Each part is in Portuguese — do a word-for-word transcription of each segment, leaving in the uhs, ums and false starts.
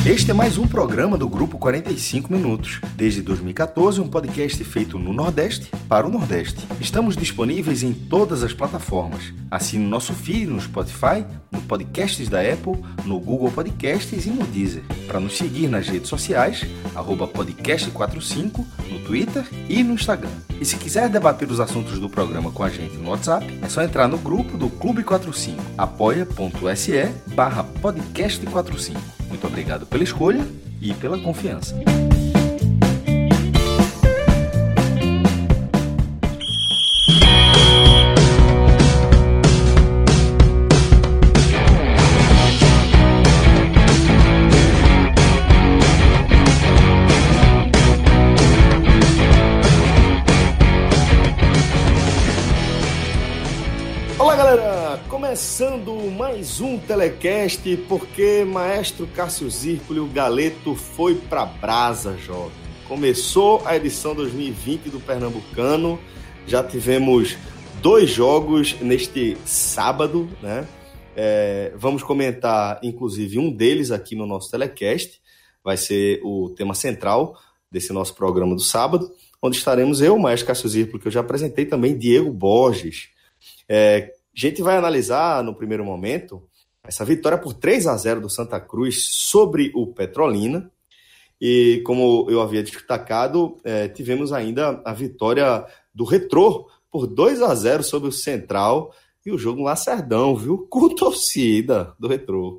Este é mais um programa do Grupo quarenta e cinco Minutos. Desde dois mil e catorze, um podcast feito no Nordeste para o Nordeste. Estamos disponíveis em todas as plataformas. Assine o nosso feed no Spotify, no Podcasts da Apple, no Google Podcasts e no Deezer. Para nos seguir nas redes sociais, arroba podcast quarenta e cinco, no Twitter e no Instagram. E se quiser debater os assuntos do programa com a gente no WhatsApp, é só entrar no grupo do Clube quarenta e cinco, apoia.se barra podcast quarenta e cinco. Muito obrigado pela escolha e pela confiança. Olá, galera! Começando mais um telecast, porque Maestro Cássio Zirpoli, o Galeto, foi pra brasa, jovem. Começou a edição dois mil e vinte do Pernambucano, já tivemos dois jogos neste sábado, né? É, vamos comentar, inclusive, um deles aqui no nosso telecast, vai ser o tema central desse nosso programa do sábado, onde estaremos eu, Maestro Cássio Zirpoli, que eu já apresentei também, Diego Borges. É, a gente vai analisar, no primeiro momento, essa vitória por três a zero do Santa Cruz sobre o Petrolina. E, como eu havia destacado, é, tivemos ainda a vitória do Retrô por dois a zero sobre o Central. E o jogo no Lacerdão, viu? Com torcida do Retrô.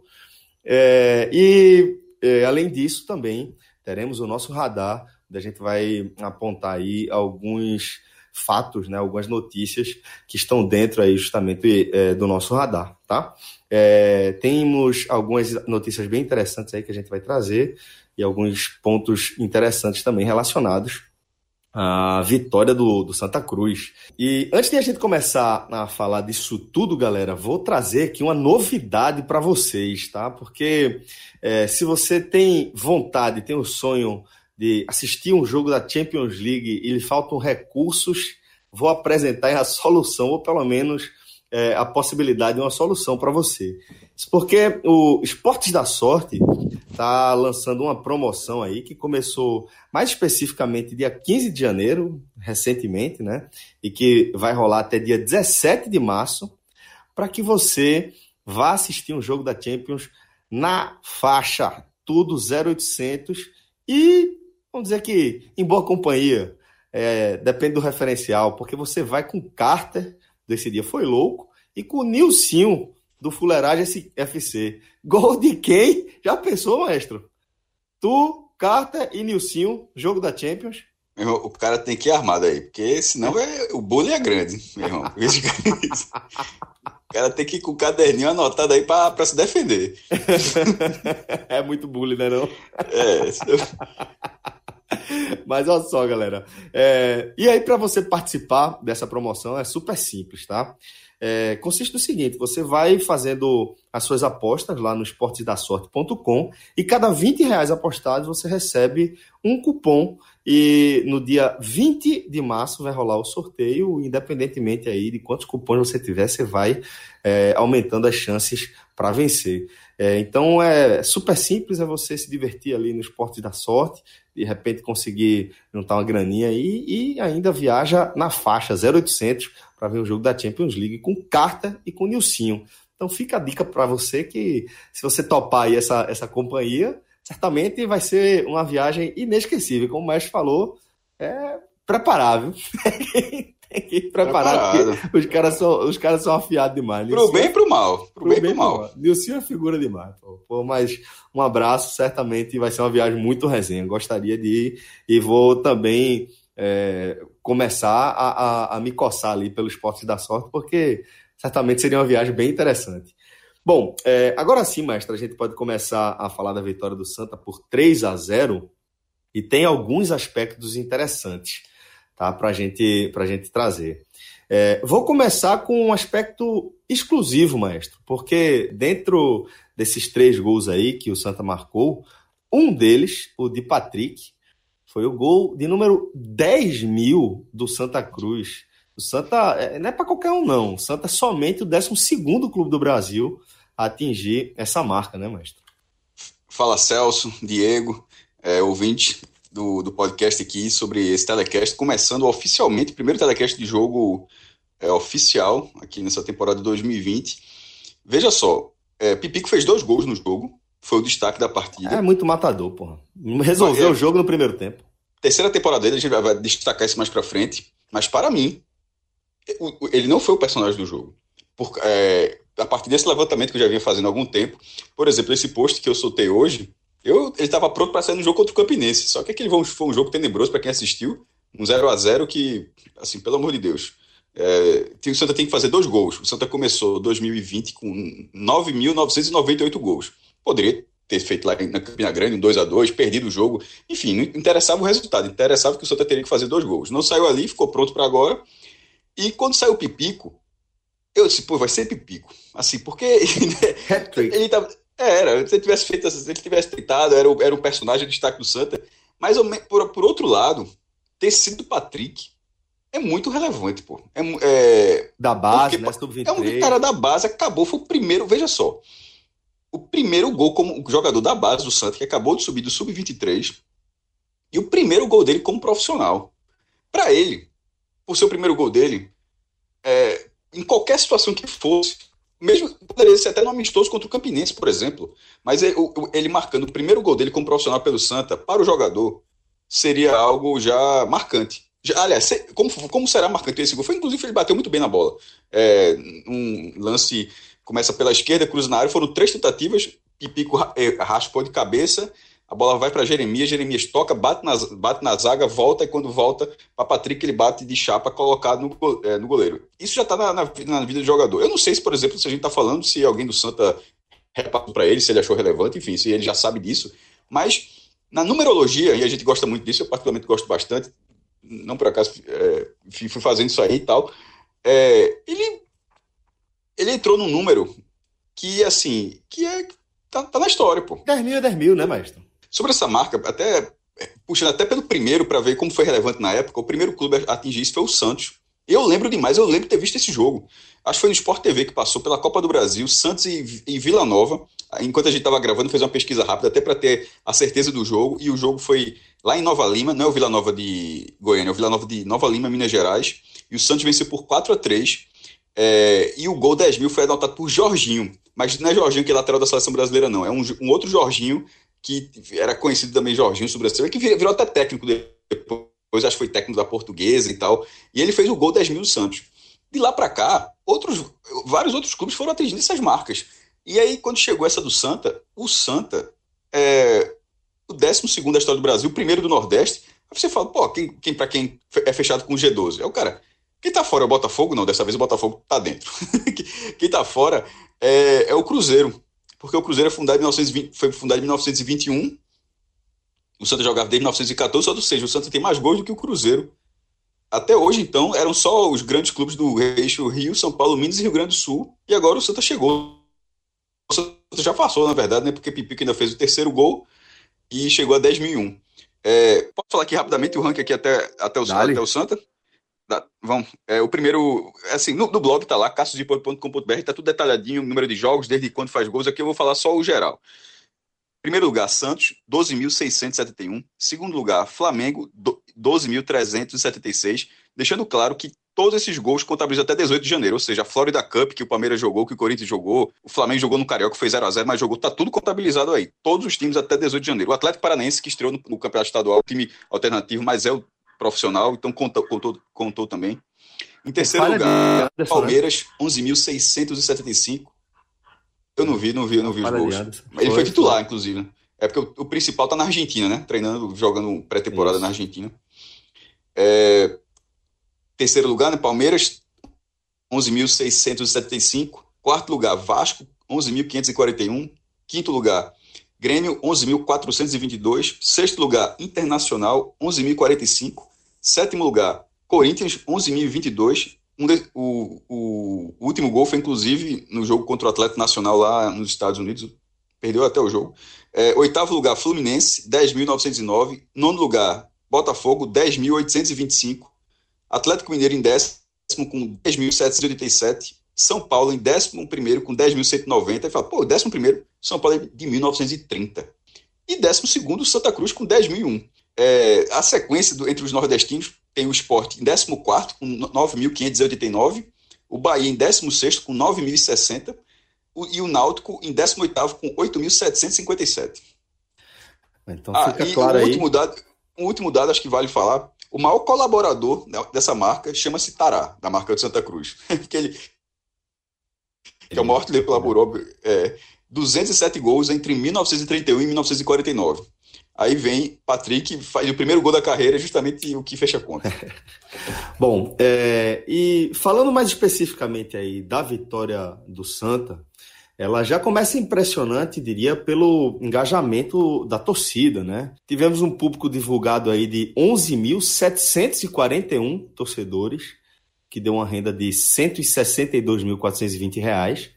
É, e, é, além disso, também teremos o nosso radar, onde a gente vai apontar aí alguns fatos, né, algumas notícias que estão dentro aí justamente é, do nosso radar, tá? É, temos algumas notícias bem interessantes aí que a gente vai trazer e alguns pontos interessantes também relacionados à vitória do, do Santa Cruz. E antes de a gente começar a falar disso tudo, galera, vou trazer aqui uma novidade para vocês, tá? Porque é, se você tem vontade, tem o sonho de assistir um jogo da Champions League e lhe faltam recursos, vou apresentar a solução, ou pelo menos é, a possibilidade de uma solução para você. Isso porque o Esportes da Sorte está lançando uma promoção aí que começou mais especificamente dia quinze de janeiro, recentemente, né? E que vai rolar até dia dezessete de março, para que você vá assistir um jogo da Champions na faixa, tudo zero oitocentos e vamos dizer que em boa companhia, é, depende do referencial, porque você vai com o Carter, desse dia foi louco, e com o Nilcinho, do Fuleiragem F C. Gol de quem? Já pensou, maestro? Tu, Carter e Nilcinho, jogo da Champions. Meu irmão, o cara tem que ir armado aí, porque senão é, o bullying é grande, meu irmão. O cara tem que ir com o caderninho anotado aí pra, pra se defender. É muito bullying, né, não? É. Mas olha só, galera. É, e aí, para você participar dessa promoção, é super simples, tá? É, consiste no seguinte: você vai fazendo as suas apostas lá no esportes da sorte ponto com e cada vinte reais apostados você recebe um cupom. E no dia vinte de março vai rolar o sorteio, independentemente aí de quantos cupons você tiver, você vai é, aumentando as chances para vencer. É, então é super simples, é você se divertir ali no Esporte da Sorte, de repente conseguir juntar uma graninha aí e ainda viaja na faixa zero oitocentos para ver o jogo da Champions League com Carter e com Nilcinho. Então fica a dica para você que, se você topar aí essa, essa companhia, certamente vai ser uma viagem inesquecível. Como o mestre falou, é preparável. Tem que ir preparado, porque os caras são, os caras são afiados demais. Pro bem e pro mal. Pro, pro bem e pro mal. mal. Nilcinho é figura demais. Pô. Pô, mas um abraço, certamente vai ser uma viagem muito resenha. Gostaria de ir e vou também é, começar a, a, a me coçar ali pelo Esporte da Sorte, porque certamente seria uma viagem bem interessante. Bom, é, agora sim, mestre, a gente pode começar a falar da vitória do Santa por três a zero e tem alguns aspectos interessantes, tá, para gente, a gente trazer. É, vou começar com um aspecto exclusivo, maestro, porque dentro desses três gols aí que o Santa marcou, um deles, o de Patrick, foi o gol de número dez mil do Santa Cruz. O Santa não é para qualquer um, não. O Santa é somente o décimo segundo clube do Brasil a atingir essa marca, né, mestre? Fala Celso, Diego, é, ouvinte do, do podcast aqui sobre esse telecast, começando oficialmente, o primeiro telecast de jogo é, oficial aqui nessa temporada de dois mil e vinte. Veja só, é, Pipico fez dois gols no jogo, foi o destaque da partida. É muito matador, porra. Resolveu é, o jogo no primeiro tempo. Terceira temporada dele, a gente vai, vai destacar isso mais pra frente, mas para mim, ele não foi o personagem do jogo. Por, é, a partir desse levantamento que eu já vinha fazendo há algum tempo, por exemplo, esse post que eu soltei hoje, eu, ele estava pronto para sair no jogo contra o Campinense, só que aquele foi um jogo tenebroso para quem assistiu, um zero a zero que, assim, pelo amor de Deus, é, o Santa tem que fazer dois gols. O Santa começou dois mil e vinte com nove mil novecentos e noventa e oito gols. Poderia ter feito lá na Campina Grande um dois a dois, perdido o jogo, enfim, não interessava o resultado, interessava que o Santa teria que fazer dois gols. Não saiu ali, ficou pronto para agora, e quando saiu o Pipico, eu disse, pô, vai ser Pipico. Assim, porque ele tava... Era, se ele tivesse feito, se ele tivesse tentado, era, era um personagem de destaque do Santa. Mas, por, por outro lado, ter sido Patrick é muito relevante, pô. É, é, da base, porque, né? sub vinte e três. É um cara da base, acabou, foi o primeiro, veja só. O primeiro gol como jogador da base do Santa, que acabou de subir do sub vinte e três, e o primeiro gol dele como profissional. Para ele, por ser o primeiro gol dele, é, em qualquer situação que fosse, mesmo poderia ser até no amistoso contra o Campinense, por exemplo, mas ele, ele marcando o primeiro gol dele como profissional pelo Santa, para o jogador, seria algo já marcante. Já, aliás, como, como será marcante esse gol? Foi, inclusive, ele bateu muito bem na bola. É, um lance, começa pela esquerda, cruza na área, foram três tentativas, Pipico raspou de cabeça, a bola vai para Jeremias, Jeremias toca, bate na, bate na zaga, volta, e quando volta para Patrick, ele bate de chapa colocado no, é, no goleiro. Isso já está na, na, na vida do jogador. Eu não sei se, por exemplo, se a gente está falando, se alguém do Santa repassou para ele, se ele achou relevante, enfim, se ele já sabe disso, mas na numerologia, e a gente gosta muito disso, eu particularmente gosto bastante, não por acaso é, fui fazendo isso aí e tal, é, ele, ele entrou num número que, assim, que é, tá, tá na história, pô. dez mil é dez mil, né, maestro? Sobre essa marca, até puxando até pelo primeiro para ver como foi relevante na época, o primeiro clube a atingir isso foi o Santos. Eu lembro demais, eu lembro de ter visto esse jogo. Acho que foi no Sport T V que passou pela Copa do Brasil, Santos e, e Vila Nova. Enquanto a gente estava gravando, fez uma pesquisa rápida até para ter a certeza do jogo. E o jogo foi lá em Nova Lima, não é o Vila Nova de Goiânia, é o Vila Nova de Nova Lima, Minas Gerais. E o Santos venceu por quatro a três. É, e o gol dez mil foi anotado por Jorginho. Mas não é Jorginho que é lateral da seleção brasileira, não. É um, um outro Jorginho que era conhecido também Jorginho Sobrancelha, que virou até técnico depois, acho que foi técnico da Portuguesa e tal, e ele fez o gol dez mil do Santos. De lá para cá, outros, vários outros clubes foram atingindo essas marcas. E aí, quando chegou essa do Santa, o Santa é o décimo segundo da história do Brasil, o primeiro do Nordeste. Aí você fala, pô, quem, quem, para quem é fechado com o G doze? É o cara, quem tá fora é o Botafogo? Não, dessa vez o Botafogo tá dentro. Quem tá fora é, é o Cruzeiro. Porque o Cruzeiro é fundado em mil novecentos e vinte, foi fundado em mil novecentos e vinte e um, o Santa jogava desde mil novecentos e catorze, ou seja, o Santa tem mais gols do que o Cruzeiro. Até hoje, então, eram só os grandes clubes do eixo Rio, São Paulo, Minas e Rio Grande do Sul, e agora o Santa chegou. O Santa já passou, na verdade, né, porque Pipico ainda fez o terceiro gol e chegou a dez mil e um. É, posso falar aqui rapidamente o ranking aqui até, até, o, até o Santa? Dá, vamos. É, o primeiro, assim, no, no blog tá lá, cassius ponto com ponto b r, tá tudo detalhadinho, número de jogos, desde quando faz gols. Aqui eu vou falar só o geral. Primeiro lugar, Santos, doze mil seiscentos e setenta e um. Segundo lugar, Flamengo, doze mil trezentos e setenta e seis. Deixando claro que todos esses gols contabilizam até dezoito de janeiro, ou seja, a Florida Cup, que o Palmeiras jogou, que o Corinthians jogou, o Flamengo jogou no Carioca, foi zero a zero, mas jogou, tá tudo contabilizado aí. Todos os times até dezoito de janeiro. O Atlético Paranaense, que estreou no, no Campeonato Estadual, time alternativo, mas é o profissional, então contou, contou, contou também. Em terceiro lugar, de Palmeiras, onze mil seiscentos e setenta e cinco. Eu não vi, não vi, não vi os gols. Ele foi titular, inclusive, né? É porque o, o principal tá na Argentina, né? Treinando, jogando pré-temporada na Argentina. É... Terceiro lugar, né? Palmeiras, onze mil seiscentos e setenta e cinco. Quarto lugar, Vasco, onze mil quinhentos e quarenta e um. Quinto lugar, Grêmio, onze mil quatrocentos e vinte e dois. Sexto lugar, Internacional, onze mil e quarenta e cinco. Sétimo lugar, Corinthians, onze mil e vinte e dois. Um de, o, o, o último gol foi, inclusive, no jogo contra o Atlético Nacional lá nos Estados Unidos. Perdeu até o jogo. É, oitavo lugar, Fluminense, dez mil novecentos e nove. Nono lugar, Botafogo, dez mil oitocentos e vinte e cinco. Atlético Mineiro em décimo com dez mil setecentos e oitenta e sete. São Paulo em décimo primeiro com dez mil cento e noventa. E fala, pô, décimo primeiro, São Paulo é de mil novecentos e trinta. E décimo segundo, o Santa Cruz com dez mil e um. É, a sequência do, entre os nordestinos tem o Sport em décimo quarto com nove mil quinhentos e oitenta e nove, o Bahia em décimo sexto com nove mil e sessenta o, e o Náutico em décimo oitavo com oito mil setecentos e cinquenta e sete. Então ah, fica e claro o aí. Último dado, um último dado, acho que vale falar, o maior colaborador dessa marca chama-se Tará, da marca de Santa Cruz. que, ele, que é o maior artilheiro pela Burob, é, duzentos e sete gols entre mil novecentos e trinta e um e mil novecentos e quarenta e nove. Aí vem Patrick, faz o primeiro gol da carreira, justamente o que fecha a conta. Bom, é, e falando mais especificamente aí da vitória do Santa, ela já começa impressionante, diria, pelo engajamento da torcida, né? Tivemos um público divulgado aí de onze mil setecentos e quarenta e um torcedores, que deu uma renda de cento e sessenta e dois mil quatrocentos e vinte reais.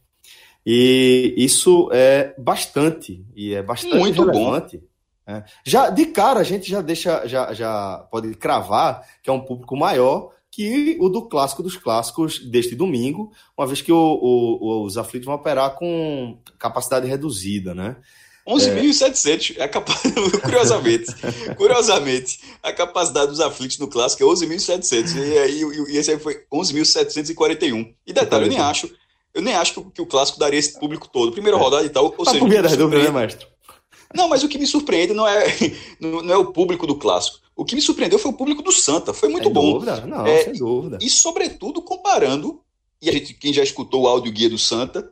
E isso é bastante, e é bastante muito relevante. Bom. É. Já, de cara, a gente já deixa, já, já pode cravar que é um público maior que o do clássico dos clássicos deste domingo, uma vez que o, o, os aflitos vão operar com capacidade reduzida, né? onze mil e setecentos, é. é capa... curiosamente, curiosamente, a capacidade dos aflitos no clássico é onze mil e setecentos, e, aí, e esse aí foi onze mil setecentos e quarenta e um. E detalhe, eu nem acho, eu nem acho que o, que o clássico daria esse público todo, primeira é. rodada e tal, ou a seja... Por via das dúvidas, né, mestre? Não, mas o que me surpreende não é, não é o público do clássico. O que me surpreendeu foi o público do Santa. Foi muito sem bom. Dúvida? Não, é, sem dúvida. E, sobretudo, comparando, e a gente, quem já escutou o áudio guia do Santa,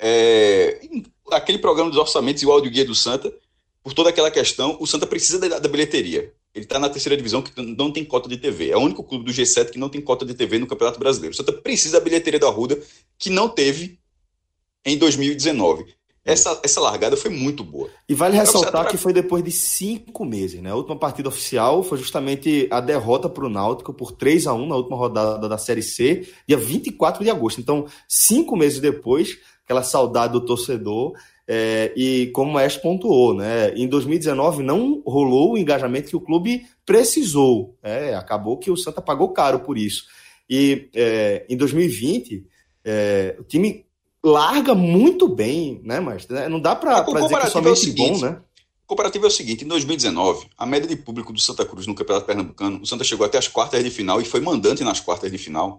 é, aquele programa dos orçamentos e o áudio guia do Santa, por toda aquela questão, o Santa precisa da, da bilheteria. Ele está na terceira divisão, que não tem cota de T V. É o único clube do G sete que não tem cota de T V no Campeonato Brasileiro. O Santa precisa da bilheteria da Arruda, que não teve em dois mil e dezenove. Essa, essa largada foi muito boa. E vale ressaltar que foi depois de cinco meses, né? A última partida oficial foi justamente a derrota para o Náutico por três a um na última rodada da Série C, dia vinte e quatro de agosto. Então, cinco meses depois, aquela saudade do torcedor, é, e como o Maestro pontuou, né? Em dois mil e dezenove não rolou o engajamento que o clube precisou. É, acabou que o Santa pagou caro por isso. E é, em dois mil e vinte, é, o time... larga muito bem, né, mas não dá para dizer que é somente é seguinte, bom, né? O comparativo é o seguinte, em dois mil e dezenove, a média de público do Santa Cruz no Campeonato Pernambucano, o Santa chegou até as quartas de final e foi mandante nas quartas de final.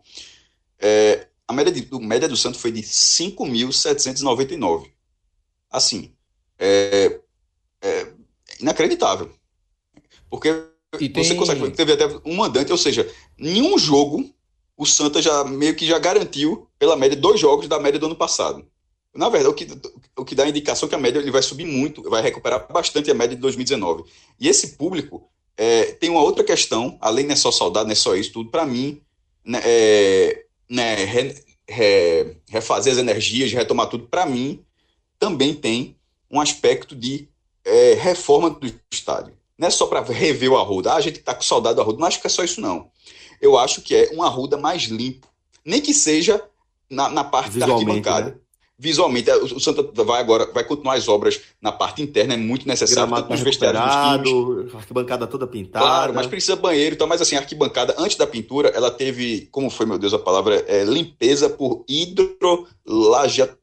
É, a média, de, a média do Santa foi de cinco mil setecentos e noventa e nove. Assim, é, é inacreditável. Porque e você tem... consegue, teve até um mandante, ou seja, nenhum jogo o Santa já meio que já garantiu, pela média, dois jogos da média do ano passado. Na verdade, o que, o que dá a indicação que a média ele vai subir muito, vai recuperar bastante a média de dois mil e dezenove. E esse público é, tem uma outra questão, além não é só saudade, não é só isso tudo, para mim, né, é, né, re, re, refazer as energias, retomar tudo, para mim, também tem um aspecto de é, reforma do estádio. Não é só para rever o Arruda. Ah, a gente está com saudade do Arruda. Não acho que é só isso, não. Eu acho que é um Arruda mais limpo. Nem que seja na, na parte da arquibancada. Né? Visualmente, o Santa vai agora, vai continuar as obras na parte interna, é muito necessário. Gramado tá recuperado, a arquibancada toda pintada. Claro, mas precisa banheiro, então, mas assim, a arquibancada, antes da pintura, ela teve, como foi, meu Deus, a palavra, é, limpeza por hidrolajeamento.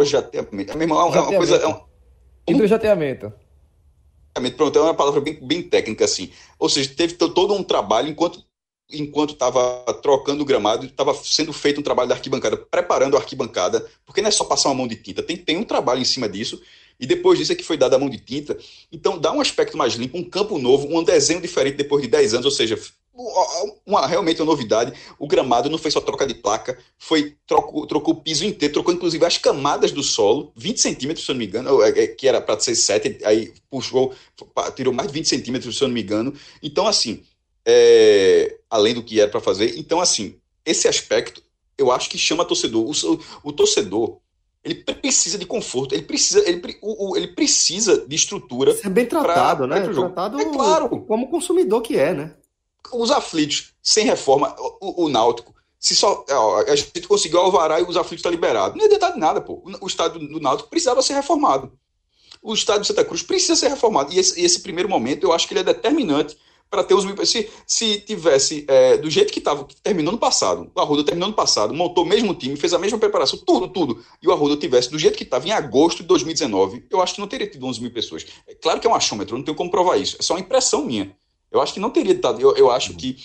É, mesmo, é uma coisa... É um, hidrojateamento. Pronto, é uma palavra bem, bem técnica, assim. Ou seja, teve todo um trabalho, enquanto enquanto estava trocando o gramado, estava sendo feito um trabalho da arquibancada, preparando a arquibancada, porque não é só passar uma mão de tinta, tem, tem um trabalho em cima disso, e depois disso é que foi dada a mão de tinta. Então dá um aspecto mais limpo, um campo novo, um desenho diferente depois de dez anos, ou seja, uma, realmente uma novidade. O gramado não foi só troca de placa, foi trocou, trocou o piso inteiro, trocou inclusive as camadas do solo, vinte centímetros, se eu não me engano, que era para ser sete, aí puxou, tirou mais de vinte centímetros, se eu não me engano. Então, assim, É, além do que era para fazer. Então, assim, esse aspecto eu acho que chama torcedor. O, o torcedor, ele precisa de conforto, ele precisa, ele, o, ele precisa de estrutura. Ser bem tratado, pra, né? Pra tratado é claro. Como consumidor que é, né? Os aflitos, sem reforma, o, o Náutico, se só ó, a gente conseguiu alvará e os aflitos estão liberados. Não é detalhe de nada, pô. O, o estádio do Náutico precisava ser reformado. O estádio de Santa Cruz precisa ser reformado. E esse, esse primeiro momento, eu acho que ele é determinante para ter os mil. Se, se tivesse é, do jeito que estava, que terminou no passado, o Arruda terminou no passado, montou o mesmo time, fez a mesma preparação, tudo, tudo, e o Arruda tivesse do jeito que estava em agosto de dois mil e dezenove, eu acho que não teria tido onze mil pessoas. É claro que é um achômetro, eu não tenho como provar isso, é só uma impressão minha. Eu acho que não teria dado. Eu, eu acho que.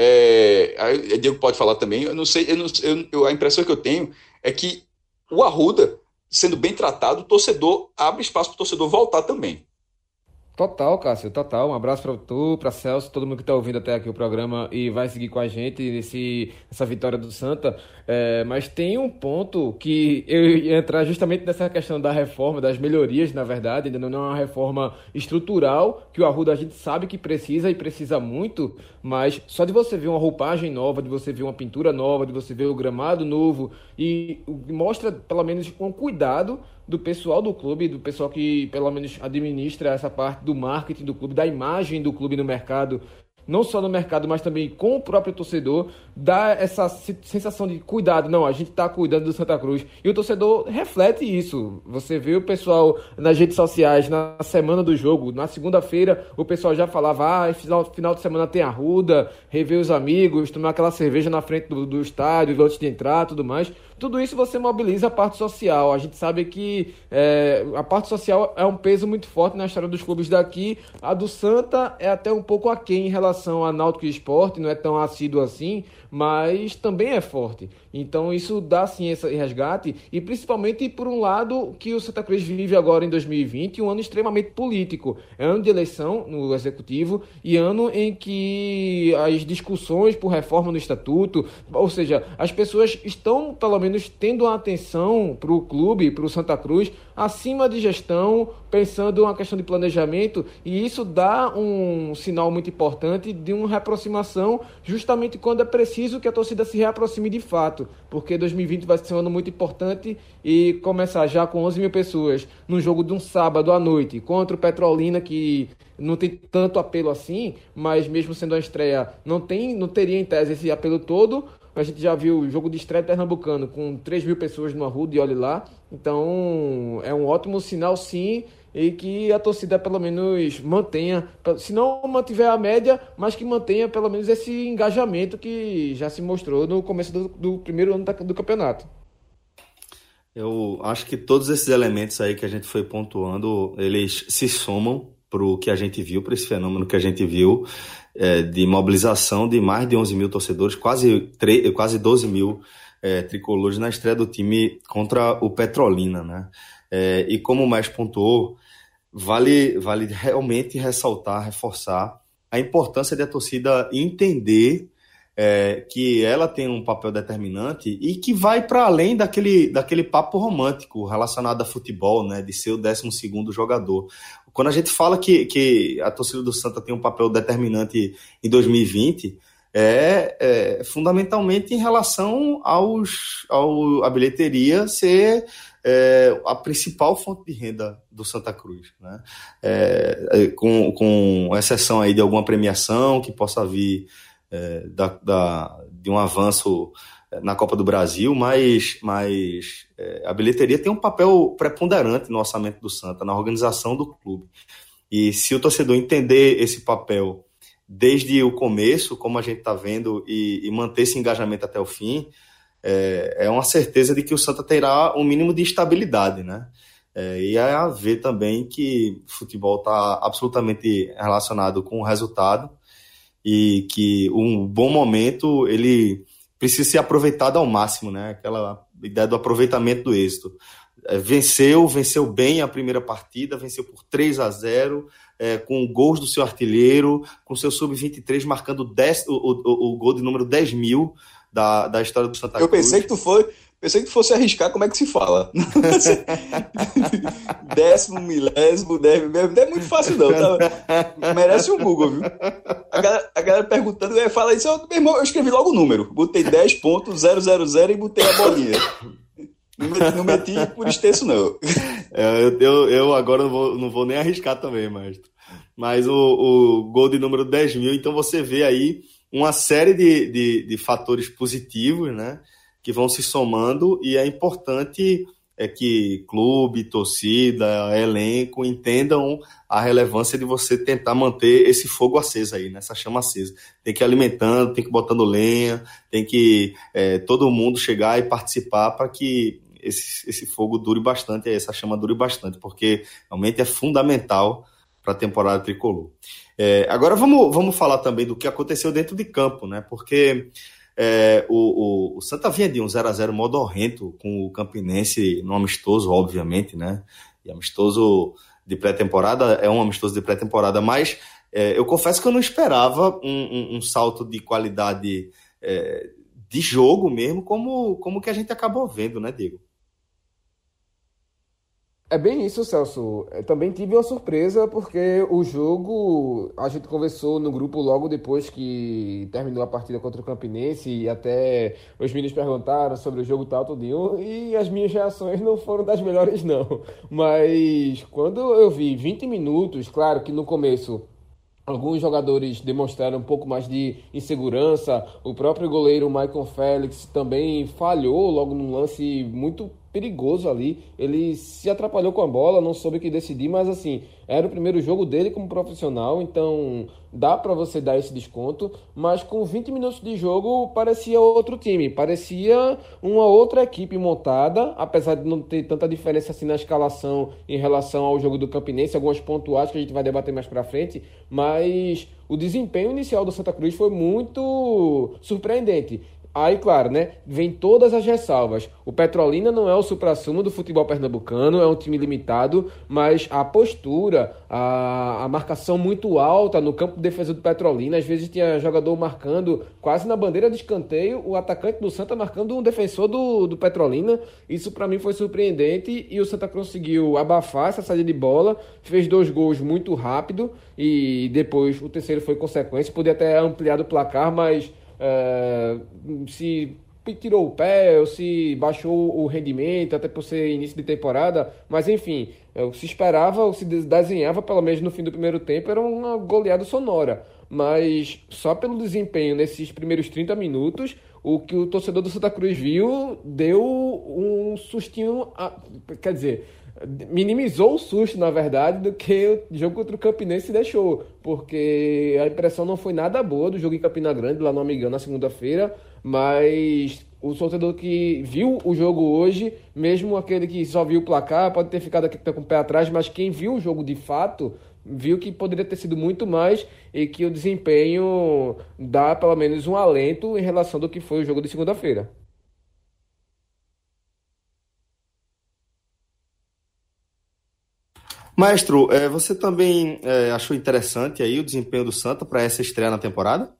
É, aí, Diego pode falar também, eu não sei, eu não, eu, eu, a impressão que eu tenho é que o Arruda, sendo bem tratado, o torcedor abre espaço para o torcedor voltar também. Total, Cássio, total. Um abraço para tu, para Celso, todo mundo que está ouvindo até aqui o programa e vai seguir com a gente nesse, nessa vitória do Santa. É, mas tem um ponto que eu ia entrar justamente nessa questão da reforma, das melhorias, na verdade, ainda não é uma reforma estrutural, que o Arruda a gente sabe que precisa e precisa muito, mas só de você ver uma roupagem nova, de você ver uma pintura nova, de você ver o gramado novo, e mostra pelo menos um cuidado do pessoal do clube, do pessoal que pelo menos administra essa parte do marketing do clube, da imagem do clube no mercado, não só no mercado, mas também com o próprio torcedor, dá essa sensação de cuidado. Não, a gente está cuidando do Santa Cruz. E o torcedor reflete isso. Você vê o pessoal nas redes sociais, na semana do jogo, na segunda-feira, o pessoal já falava, ah, final, final de semana tem Arruda, rever os amigos, tomar aquela cerveja na frente do, do estádio, antes de entrar, tudo mais. Tudo isso você mobiliza a parte social. A gente sabe que é, a parte social é um peso muito forte na história dos clubes daqui. A do Santa é até um pouco aquém em relação a Náutico e Sport, não é tão assíduo assim, mas também é forte. Então isso dá sim esse resgate, e principalmente por um lado que o Santa Cruz vive agora em dois mil e vinte, um ano extremamente político. É ano de eleição no Executivo e ano em que as discussões por reforma no Estatuto, ou seja, as pessoas estão pelo menos tendo uma atenção para o clube, para o Santa Cruz, acima de gestão, pensando uma questão de planejamento, e isso dá um sinal muito importante de uma reaproximação, justamente quando é preciso que a torcida se reaproxime de fato, porque dois mil e vinte vai ser um ano muito importante, e começar já com onze mil pessoas num jogo de um sábado à noite contra o Petrolina, que não tem tanto apelo assim, mas mesmo sendo uma estreia, não, tem, não teria em tese esse apelo todo. A gente já viu o jogo de estreia pernambucano com três mil pessoas no Arruda, e olhe lá. Então é um ótimo sinal sim, e que a torcida pelo menos mantenha, se não mantiver a média, mas que mantenha pelo menos esse engajamento que já se mostrou no começo do, do primeiro ano do campeonato. Eu acho que todos esses elementos aí que a gente foi pontuando, eles se somam para o que a gente viu, para esse fenômeno que a gente viu, é, de mobilização de mais de onze mil torcedores, quase, tre- quase doze mil é, tricolores na estreia do time contra o Petrolina, né? É, e como o Mestre pontuou, vale, vale realmente ressaltar, reforçar a importância da torcida entender é, que ela tem um papel determinante e que vai para além daquele, daquele papo romântico relacionado a futebol, né, de ser o décimo segundo jogador. Quando a gente fala que, que a torcida do Santa tem um papel determinante em dois mil e vinte, é, é fundamentalmente em relação aos, ao, a bilheteria ser é, a principal fonte de renda do Santa Cruz, né? É, com, com exceção aí de alguma premiação que possa vir é, da, da, de um avanço na Copa do Brasil, mas, mas é, a bilheteria tem um papel preponderante no orçamento do Santa, na organização do clube. E se o torcedor entender esse papel desde o começo, como a gente está vendo, e, e manter esse engajamento até o fim, é, é uma certeza de que o Santa terá um mínimo de estabilidade, né? É, e é a ver também que o futebol está absolutamente relacionado com o resultado e que um bom momento ele precisa ser aproveitado ao máximo, né? Aquela ideia do aproveitamento do êxito. É, venceu, venceu bem a primeira partida, venceu por três a zero, é, com gols do seu artilheiro, com seu sub vinte e três marcando dez, o, o, o gol de número dez mil da, da história do Santa Cruz. Eu pensei que tu foi, pensei que tu fosse arriscar como é que se fala. Décimo, milésimo, décimo, não é muito fácil não, tá? Merece um Google, viu? A galera, a galera perguntando, eu ia falar isso, eu, meu irmão, eu escrevi logo o número, botei dez ponto zero zero zero e botei a bolinha. Não meti, não meti por extenso, não. É, eu, eu, eu agora não vou, não vou nem arriscar também, mas, mas o, o gol de número dez mil, então você vê aí uma série de, de, de fatores positivos, né, que vão se somando, e é importante é que clube, torcida, elenco entendam a relevância de você tentar manter esse fogo aceso aí, né? Essa chama acesa. Tem que ir alimentando, tem que ir botando lenha, tem que é, todo mundo chegar e participar para que esse, esse fogo dure bastante, essa chama dure bastante, porque realmente é fundamental para a temporada tricolor. É, agora vamos, vamos falar também do que aconteceu dentro de campo, né? Porque É, o, o, o Santa vinha de um zero a zero modorrento com o Campinense no amistoso, obviamente, né? E amistoso de pré-temporada é um amistoso de pré-temporada, mas é, eu confesso que eu não esperava um, um, um salto de qualidade é, de jogo mesmo, como, como que a gente acabou vendo, né, Diego? É bem isso, Celso. Eu também tive uma surpresa porque o jogo a gente conversou no grupo logo depois que terminou a partida contra o Campinense e até os meninos perguntaram sobre o jogo tal, tudinho, e as minhas reações não foram das melhores, não. Mas quando eu vi vinte minutos, claro que no começo alguns jogadores demonstraram um pouco mais de insegurança. O próprio goleiro Michael Félix também falhou logo num lance muito perigoso ali. Ele se atrapalhou com a bola, não soube o que decidir, mas assim, era o primeiro jogo dele como profissional, então dá para você dar esse desconto. Mas com vinte minutos de jogo parecia outro time, parecia uma outra equipe montada, apesar de não ter tanta diferença assim na escalação em relação ao jogo do Campinense, algumas pontuais que a gente vai debater mais para frente, mas o desempenho inicial do Santa Cruz foi muito surpreendente. Aí, claro, né? Vem todas as ressalvas. O Petrolina não é o suprassumo do futebol pernambucano, é um time limitado, mas a postura, a, a marcação muito alta no campo de defesa do Petrolina, às vezes tinha jogador marcando quase na bandeira de escanteio, o atacante do Santa marcando um defensor do, do Petrolina. Isso para mim foi surpreendente e o Santa conseguiu abafar essa saída de bola, fez dois gols muito rápido e depois o terceiro foi consequência. Podia ter ampliado o placar, mas É, se tirou o pé ou se baixou o rendimento, até por ser início de temporada, mas enfim, o que se esperava, o que se desenhava, pelo menos no fim do primeiro tempo, era uma goleada sonora. Mas só pelo desempenho nesses primeiros trinta minutos, o que o torcedor do Santa Cruz viu deu um sustinho, a, quer dizer, minimizou o susto, na verdade, do que o jogo contra o Campinense deixou, porque a impressão não foi nada boa do jogo em Campina Grande, lá no Amigão, na segunda-feira, mas o torcedor que viu o jogo hoje, mesmo aquele que só viu o placar, pode ter ficado aqui com o pé atrás, mas quem viu o jogo de fato, viu que poderia ter sido muito mais e que o desempenho dá pelo menos um alento em relação do que foi o jogo de segunda-feira. Maestro, é, você também é, achou interessante aí o desempenho do Santa para essa estreia na temporada?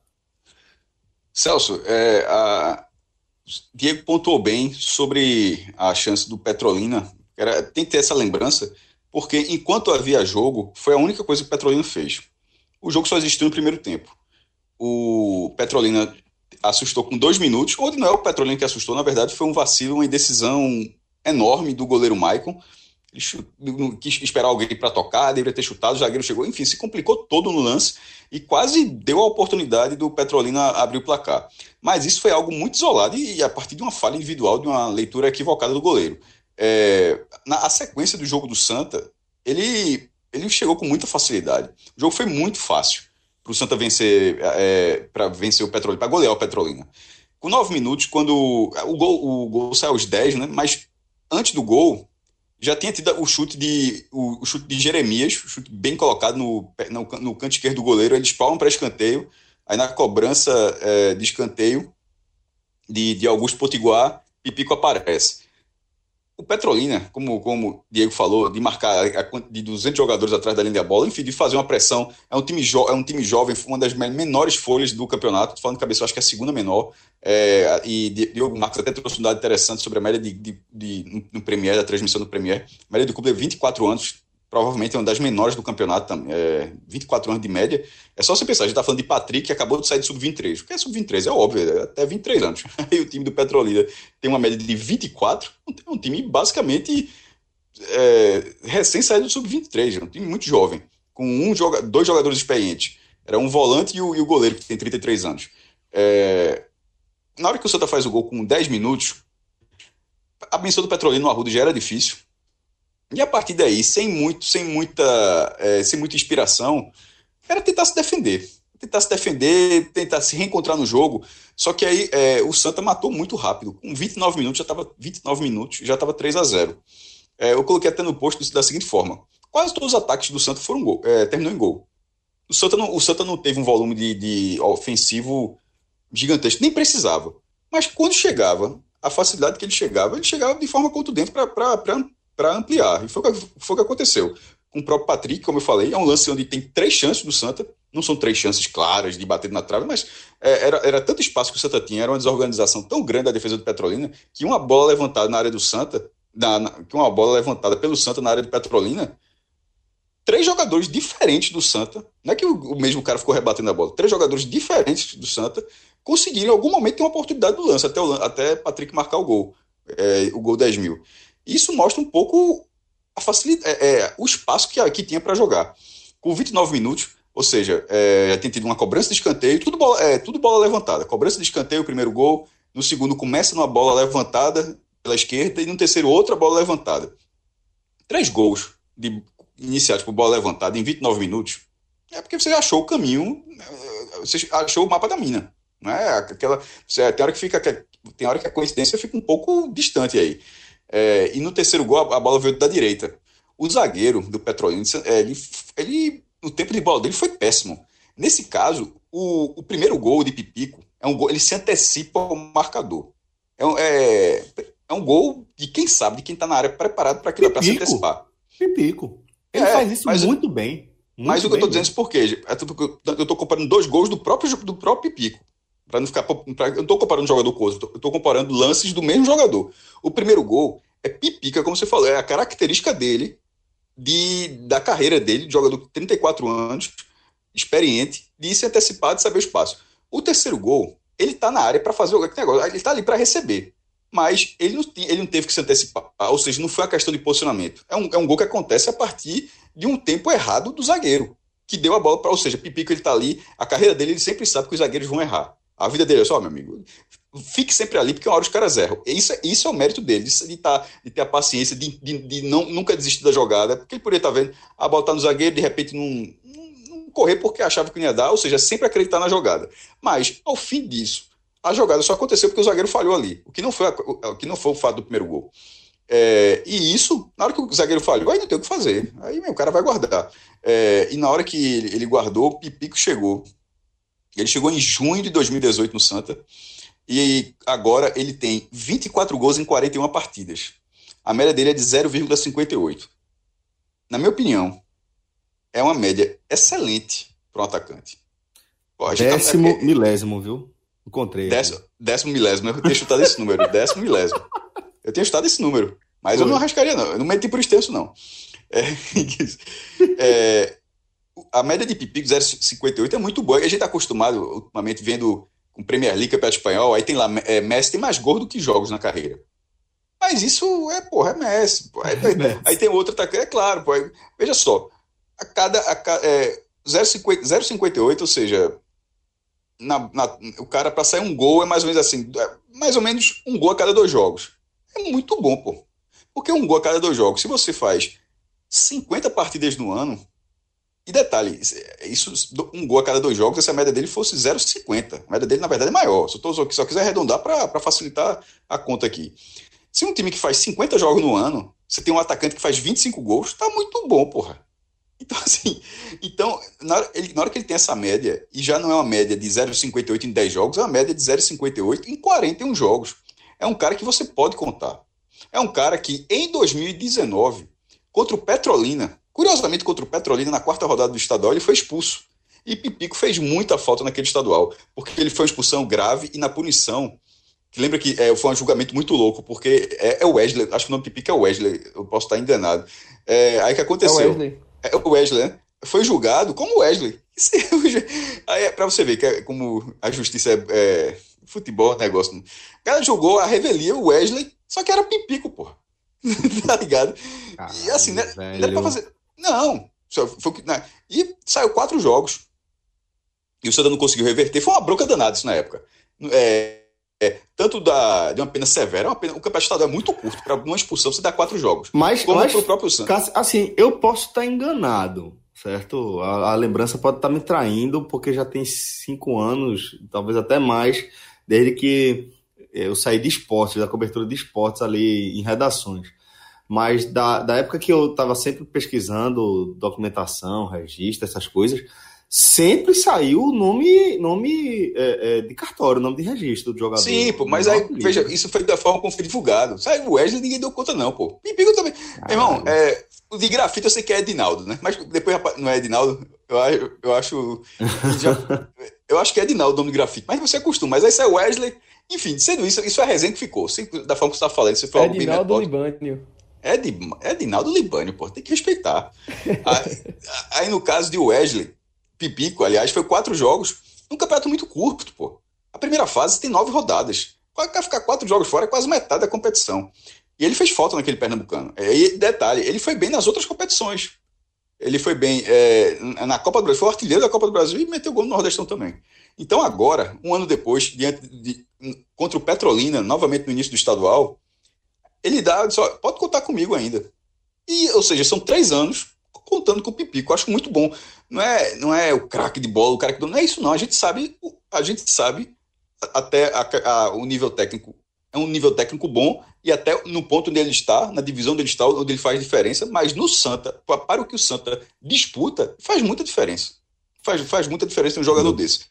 Celso, é, a... Diego pontuou bem sobre a chance do Petrolina. Era, tem que ter essa lembrança, porque enquanto havia jogo, foi a única coisa que o Petrolina fez. O jogo só existiu no primeiro tempo. O Petrolina assustou com dois minutos, ou não é o Petrolina que assustou, na verdade foi um vacilo, uma indecisão enorme do goleiro Maicon. Ele chut... não quis esperar alguém para tocar, deveria ter chutado, o zagueiro chegou, enfim, se complicou todo no lance e quase deu a oportunidade do Petrolina abrir o placar. Mas isso foi algo muito isolado e a partir de uma falha individual, de uma leitura equivocada do goleiro. É... Na a sequência do jogo do Santa, ele, ele chegou com muita facilidade. O jogo foi muito fácil para o Santa vencer, é, para vencer o Petrolina, para golear o Petrolina. Com nove minutos, quando o gol, o gol saiu aos dez, né? Mas antes do gol já tinha tido o chute de, o, o chute de Jeremias, o chute bem colocado no, no, no canto esquerdo do goleiro, eles palmam para escanteio, aí na cobrança é, de escanteio de, de Augusto Potiguar, Pipico aparece. O Petrolina, como, como o Diego falou, de marcar a, de duzentos jogadores atrás da linha da bola, enfim, de fazer uma pressão, é um time, jo, é um time jovem, uma das menores folhas do campeonato, estou falando de cabeça, eu acho que é a segunda menor, é, e Diogo Marcos até trouxe um dado interessante sobre a média de, de, de, no Premier, da transmissão do Premier, a média do clube é vinte e quatro anos, provavelmente é uma das menores do campeonato também, é, vinte e quatro anos de média. É só você pensar, a gente está falando de Patrick, que acabou de sair do sub vinte e três. O que é sub vinte e três? É óbvio, é até vinte e três anos. Aí o time do Petrolina tem uma média de vinte e quatro, é um time basicamente é, recém saído do sub vinte e três, é um time muito jovem, com um joga, dois jogadores experientes. Era um volante e o, e o goleiro, que tem trinta e três anos. É, na hora que o Santa faz o gol com dez minutos, a menção do Petrolina no Arruda já era difícil. E a partir daí, sem, muito, sem, muita, é, sem muita inspiração, era tentar se defender. Tentar se defender, tentar se reencontrar no jogo. Só que aí é, o Santa matou muito rápido. Com vinte e nove minutos, já estava vinte e nove minutos, já estava três a zero. É, eu coloquei até no post da seguinte forma: quase todos os ataques do Santa foram gol, é, terminou em gol. O Santa não, o Santa não teve um volume de, de ofensivo gigantesco, nem precisava. Mas quando chegava, a facilidade que ele chegava, ele chegava de forma contundente para ampliar. E foi o que, foi que aconteceu. Com o próprio Patrick, como eu falei, é um lance onde tem três chances do Santa. Não são três chances claras de bater na trave, mas é, era, era tanto espaço que o Santa tinha, era uma desorganização tão grande da defesa do Petrolina, que uma bola levantada na área do Santa, na, na, que uma bola levantada pelo Santa na área do Petrolina, três jogadores diferentes do Santa, não é que o, o mesmo cara ficou rebatendo a bola, três jogadores diferentes do Santa conseguiram em algum momento ter uma oportunidade do lance, até, o, até Patrick marcar o gol, é, o gol dez mil. Isso mostra um pouco a facilidade, é, é, o espaço que, que tinha para jogar. Com vinte e nove minutos, ou seja, é, tem tido uma cobrança de escanteio, tudo bola, é, tudo bola levantada. Cobrança de escanteio, o primeiro gol. No segundo, começa numa bola levantada pela esquerda. E no terceiro, outra bola levantada. Três gols de, iniciados por bola levantada em vinte e nove minutos. É porque você achou o caminho, você achou o mapa da mina. Não é? Aquela, você, tem, hora que fica, tem hora que a coincidência fica um pouco distante aí. É, e no terceiro gol, a, a bola veio da direita. O zagueiro do Petrolina, ele... ele o tempo de bola dele foi péssimo. Nesse caso, o, o primeiro gol de Pipico, é um gol, ele se antecipa ao marcador. É, um- é, é um gol de quem sabe, de quem está na área preparado para aquilo, para se Pipico. antecipar. Pipico. Ele É, faz isso mas- muito bem. Muito Mas o que eu bem estou dizendo é mesmo. isso por quê? É tudo porque eu estou comparando dois gols do próprio, do próprio Pipico. Para não ficar. Pra, eu não estou comparando um jogador com outro, eu estou comparando lances do mesmo jogador. O primeiro gol é Pipica, como você falou, é a característica dele, de, da carreira dele, de jogador com trinta e quatro anos, experiente, de se antecipar, de saber o espaço. O terceiro gol, ele tá na área para fazer o negócio, ele tá ali para receber. Mas ele não, ti- ele não teve que se antecipar, ou seja, não foi uma questão de posicionamento. É um, é um gol que acontece a partir de um tempo errado do zagueiro, que deu a bola para, ou seja, Pipico, ele tá ali, a carreira dele, ele sempre sabe que os zagueiros vão errar. A vida dele é só, meu amigo, fique sempre ali, porque uma hora os caras erram. Isso, é- isso é o mérito dele, de, de, tá, de ter a paciência, de, de, de não, nunca desistir da jogada, porque ele poderia estar vendo a bola tá no zagueiro, de repente não, não, não correr porque achava que não ia dar, ou seja, sempre acreditar na jogada. Mas, ao fim disso, a jogada só aconteceu porque o zagueiro falhou ali, o que não foi, a- o, o que não foi o fato do primeiro gol. É, e isso, na hora que o zagueiro falhou, aí não tem o que fazer. Aí meu, o cara vai guardar. É, e na hora que ele, ele guardou, o Pipico chegou. Ele chegou em junho de dois mil e dezoito no Santa. E agora ele tem vinte e quatro gols em quarenta e uma partidas. A média dele é de zero vírgula cinquenta e oito. Na minha opinião, é uma média excelente para um atacante. Pô, a gente tá- Décimo é- milésimo, viu? Encontrei. aqui. décimo, décimo milésimo, eu tenho chutado esse número. Décimo milésimo. Eu tenho chutado esse número. Mas eu Foi. não arriscaria, não. Eu não meti por extenso, não. É, é, a média de Pipico zero vírgula cinquenta e oito é muito boa. A gente está acostumado, ultimamente, vendo com Premier League, Campeonato Espanhol, aí tem lá, é, Messi tem mais gols do que jogos na carreira. Mas isso é, porra, é Messi. Pô. Aí, Messi. aí tem outro atacante, é claro, pô. Aí, veja só, a cada, a, ca- é, zero vírgula cinquenta e oito, ou seja, na, na- o cara para sair um gol é mais ou menos assim, é mais ou menos um gol a cada dois jogos. É muito bom, pô. Porque um gol a cada dois jogos, se você faz cinquenta partidas no ano, e detalhe, isso, um gol a cada dois jogos, se a média dele fosse zero vírgula cinquenta. A média dele, na verdade, é maior. Só, tô, só quiser arredondar para facilitar a conta aqui. Se um time que faz cinquenta jogos no ano, você tem um atacante que faz vinte e cinco gols, tá muito bom, porra. Então, assim, então, na hora, ele- na hora que ele tem essa média, e já não é uma média de zero vírgula cinquenta e oito em dez jogos, é uma média de zero vírgula cinquenta e oito em quarenta e um jogos. É um cara que você pode contar. É um cara que, em dois mil e dezenove, contra o Petrolina, curiosamente contra o Petrolina, na quarta rodada do estadual, ele foi expulso. E Pipico fez muita falta naquele estadual, porque ele foi uma expulsão grave e na punição, que lembra que é, foi um julgamento muito louco, porque é, é o Wesley, acho que o nome do Pipico é Wesley, eu posso estar enganado. É, aí o que É o aconteceu? Wesley. É o Wesley, né? Foi julgado como Wesley. Isso é o ju- Aí é pra você ver que é como a justiça é, é futebol, é negócio. O cara jogou a revelia o Wesley, só que era Pipico, pô. Tá ligado? E assim, né, não era pra fazer. Não. Só foi o que- né? E saiu quatro jogos. E o Santa não conseguiu reverter. Foi uma bronca danada isso na época. É, É, tanto da, de uma pena severa, uma pena, o campeonato estadual é muito curto, para uma expulsão você dá quatro jogos. Mas, como mas pro próprio Santos. assim, eu posso estar enganado, certo? A, a lembrança pode estar me traindo, porque já tem cinco anos, talvez até mais, desde que eu saí de esportes, da cobertura de esportes ali em redações. Mas da, da época que eu estava sempre pesquisando documentação, registro, essas coisas, sempre saiu o nome, nome é, é, de cartório, nome de registro do jogador. Sim, pô, mas aí, veja, isso foi da forma como foi divulgado. Sabe, o Wesley ninguém deu conta, não, pô. Pipico também. Meu irmão, é, o de grafite eu sei que é Edinaldo, né? Mas depois não é Edinaldo, eu, acho- eu acho. já- eu acho que é Edinaldo o nome de grafite, mas você acostuma. Mas aí sai Wesley. Enfim, sendo isso, isso é a resenha que ficou. Se- Da forma que você tá falando, se for algo bem Edinaldo metódico. Libânio. É de, é Edinaldo Libânio, pô, tem que respeitar. Aí, aí no caso de Wesley, Pipico, aliás, foi quatro jogos, num campeonato muito curto, pô. A primeira fase tem nove rodadas. Vai ficar quatro jogos fora, é quase metade da competição. E ele fez falta naquele Pernambucano. E detalhe, ele foi bem nas outras competições. Ele foi bem é, na Copa do Brasil, foi o artilheiro da Copa do Brasil e meteu gol no Nordestão também. Então agora, um ano depois, diante de, contra o Petrolina, novamente no início do estadual, ele dá, só, pode contar comigo ainda. E, ou seja, são três anos contando com o Pipico. Eu acho muito bom. Não é, não é o craque de bola, o cara que não é isso, não. A gente sabe, a gente sabe até a, a, o nível técnico. É um nível técnico bom e até no ponto onde ele está, na divisão onde ele está, onde ele faz diferença. Mas no Santa, para o que o Santa disputa, faz muita diferença. Faz, faz muita diferença um jogador desse.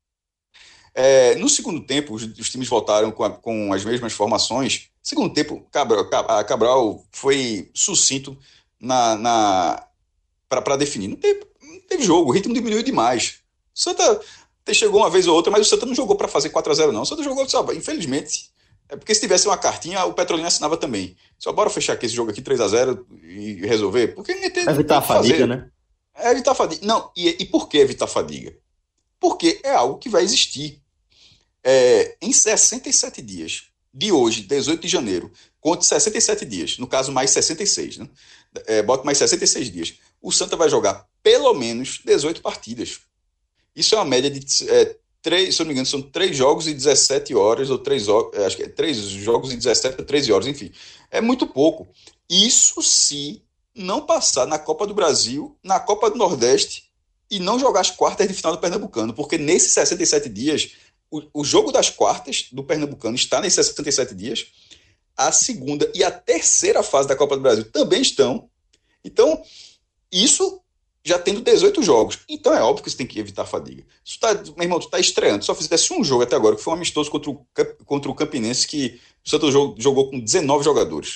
É, no segundo tempo, os, os times voltaram com, a, com as mesmas formações. Segundo tempo, Cabral, Cabral foi sucinto na, na, para definir. Não teve, não teve jogo, o ritmo diminuiu demais. O Santa chegou uma vez ou outra, mas o Santa não jogou para fazer quatro a zero, não. O Santa jogou, sabe, infelizmente. É porque se tivesse uma cartinha, o Petrolina assinava também. Só bora fechar aqui esse jogo aqui três a zero e resolver. Porque ninguém tem, evitar a fadiga, fazer. Né? É evitar a fadiga. Não, e, e por que evitar a fadiga? Porque é algo que vai existir. É, em sessenta e sete dias, de hoje, dezoito de janeiro, conte sessenta e sete dias, no caso mais sessenta e seis, né? É, bota mais sessenta e seis dias. O Santa vai jogar pelo menos dezoito partidas. Isso é uma média de é, três, se eu não me engano, são três jogos e dezessete horas, ou três acho que é três jogos e dezessete a treze horas, enfim. É muito pouco. Isso se não passar na Copa do Brasil, na Copa do Nordeste e não jogar as quartas de final do Pernambucano, porque nesses sessenta e sete dias O, o jogo das quartas do Pernambucano está nesses sessenta e sete dias. A segunda e a terceira fase da Copa do Brasil também estão. Então, isso já tendo dezoito jogos. Então é óbvio que você tem que evitar a fadiga. Isso tá, meu irmão, tu está estreando. Só fizesse um jogo até agora, que foi um amistoso contra o, contra o Campinense, que o Santos jogou com dezenove jogadores.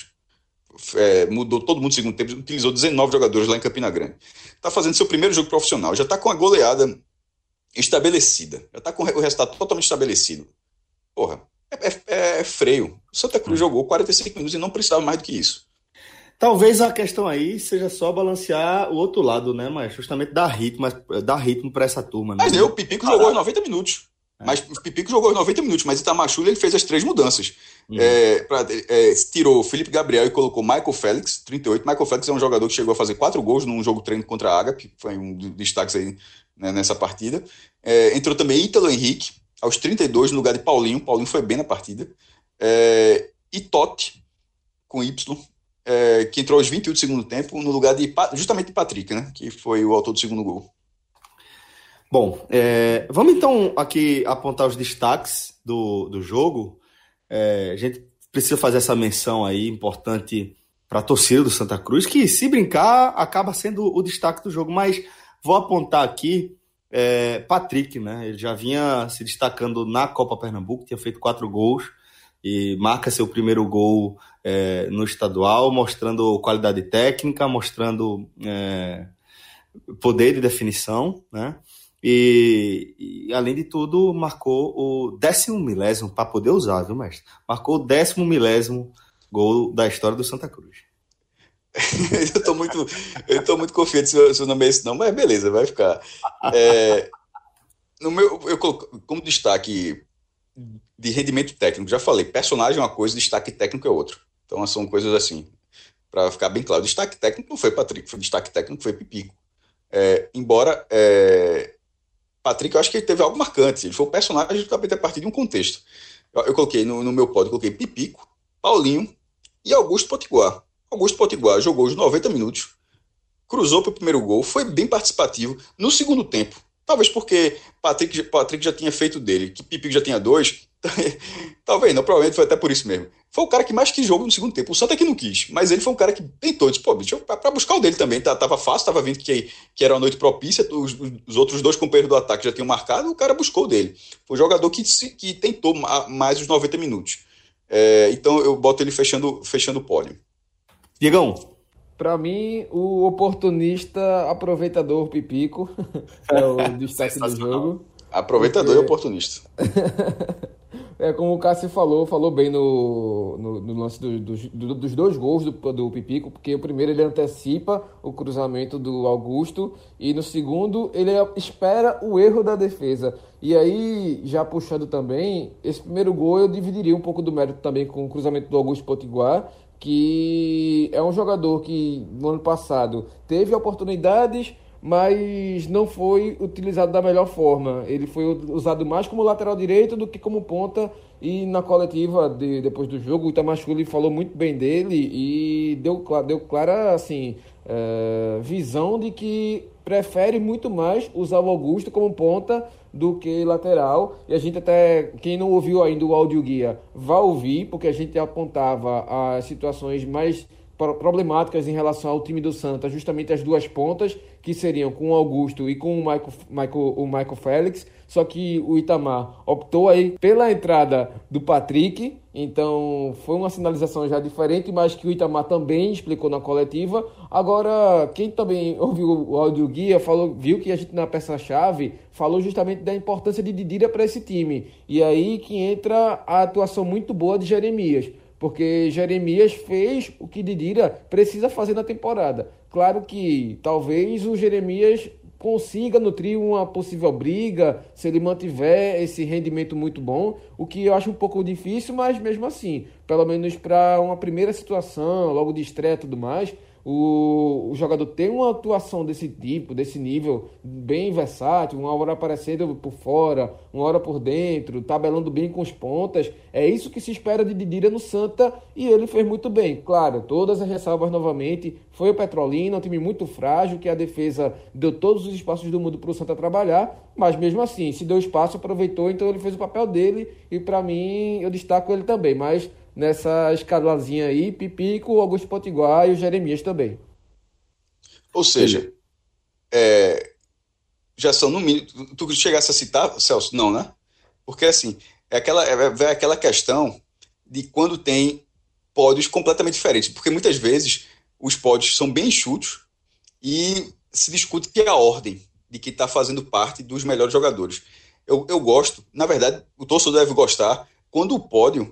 É, mudou todo mundo no segundo tempo, utilizou dezenove jogadores lá em Campina Grande. Está fazendo seu primeiro jogo profissional. Já está com a goleada estabelecida. Já está com o resultado totalmente estabelecido. Porra, é, é, é freio. O Santa Cruz hum. jogou quarenta e cinco minutos e não precisava mais do que isso. Talvez a questão aí seja só balancear o outro lado, né? Mas justamente dar ritmo, dar ritmo para essa turma. Né? Mas eu, o Pipico ah, jogou os noventa minutos. É. Mas o Pipico jogou os noventa minutos, mas Itamachule ele fez as três mudanças. Uhum. É, pra, é, tirou Felipe Gabriel e colocou Michael Félix, trinta e oito. Michael Félix é um jogador que chegou a fazer quatro gols num jogo treino contra a Ágape, foi um dos destaques aí, né, nessa partida. É, entrou também Ítalo Henrique, aos trinta e dois, no lugar de Paulinho. Paulinho foi bem na partida. É, e Totti, com Y, é, que entrou aos vinte e um do segundo tempo, no lugar de justamente de Patrick, né, que foi o autor do segundo gol. Bom, é, vamos então aqui apontar os destaques do, do jogo. É, a gente precisa fazer essa menção aí importante para a torcida do Santa Cruz, que se brincar acaba sendo o destaque do jogo, mas vou apontar aqui é, Patrick, né? Ele já vinha se destacando na Copa Pernambuco, tinha feito quatro gols e marca seu primeiro gol é, no estadual, mostrando qualidade técnica, mostrando é, poder de definição, né? E, e, além de tudo, marcou o décimo milésimo, para poder usar, viu, mestre? Marcou o décimo milésimo gol da história do Santa Cruz. eu tô muito, eu tô muito confiante se o seu nome é esse não, mas beleza, vai ficar. É, no meu, eu coloco, como destaque de rendimento técnico, já falei, personagem é uma coisa, destaque técnico é outro. Então são coisas assim, para ficar bem claro. Destaque técnico não foi Patrick, foi destaque técnico foi Pipico. É, embora é, Patrick, eu acho que ele teve algo marcante. Ele foi o personagem justamente a partir de um contexto. Eu, eu coloquei no, no meu pódio, coloquei Pipico, Paulinho e Augusto Potiguar. Augusto Potiguar jogou os noventa minutos, cruzou para o primeiro gol, foi bem participativo. No segundo tempo, talvez porque Patrick, Patrick já tinha feito dele, que Pipico já tinha dois, talvez não, provavelmente foi até por isso mesmo. Foi o cara que mais quis jogo no segundo tempo. O Santa é que não quis, mas ele foi um cara que tentou, disse, pô, bicho, para buscar o dele também, tava fácil, tava vendo que, que era uma noite propícia, os, os outros dois companheiros do ataque já tinham marcado, o cara buscou o dele. Foi um jogador que, que tentou mais os noventa minutos. É, então eu boto ele fechando, fechando o pódio. Diegão. Para mim, o oportunista aproveitador Pipico é o destaque do jogo. Aproveitador porque... e oportunista. É como o Cássio falou, falou bem no, no, no lance do, do, do, dos dois gols do, do Pipico, porque o primeiro ele antecipa o cruzamento do Augusto e no segundo ele espera o erro da defesa. E aí, já puxando também, esse primeiro gol eu dividiria um pouco do mérito também com o cruzamento do Augusto Potiguar, que é um jogador que no ano passado teve oportunidades, mas não foi utilizado da melhor forma. Ele foi usado mais como lateral direito do que como ponta, e na coletiva de, depois do jogo o Itamar Schulli falou muito bem dele e deu, deu clara assim, é, visão de que prefere muito mais usar o Augusto como ponta do que lateral. E a gente até, quem não ouviu ainda o áudio guia, vai ouvir, porque a gente apontava as situações mais problemáticas em relação ao time do Santa, justamente as duas pontas, que seriam com o Augusto e com o Michael, Michael, o Michael Félix, só que o Itamar optou aí pela entrada do Patrick, então foi uma sinalização já diferente, mas que o Itamar também explicou na coletiva. Agora, quem também ouviu o áudio guia, falou, viu que a gente na peça-chave falou justamente da importância de Didira para esse time, e aí que entra a atuação muito boa de Jeremias, porque Jeremias fez o que Didira precisa fazer na temporada. Claro que talvez o Jeremias consiga nutrir uma possível briga, se ele mantiver esse rendimento muito bom, o que eu acho um pouco difícil, mas mesmo assim, pelo menos para uma primeira situação, logo de estreia e tudo mais, o, o jogador tem uma atuação desse tipo, desse nível, bem versátil, uma hora aparecendo por fora, uma hora por dentro, tabelando bem com os pontas. É isso que se espera de Didira no Santa, e ele fez muito bem. Claro, todas as ressalvas novamente, foi o Petrolina, um time muito frágil, que a defesa deu todos os espaços do mundo para o Santa trabalhar, mas mesmo assim, se deu espaço, aproveitou, então ele fez o papel dele, e para mim, eu destaco ele também, mas nessa escalazinha aí, Pipico, o Augusto Potiguar e o Jeremias também. Ou seja, é, já são no mínimo... Tu chegasse a citar, Celso? Não, né? Porque assim, é aquela, é, é aquela questão de quando tem pódios completamente diferentes. Porque muitas vezes os pódios são bem enxutos e se discute que é a ordem de que está fazendo parte dos melhores jogadores. Eu, eu gosto, na verdade, o torcedor deve gostar quando o pódio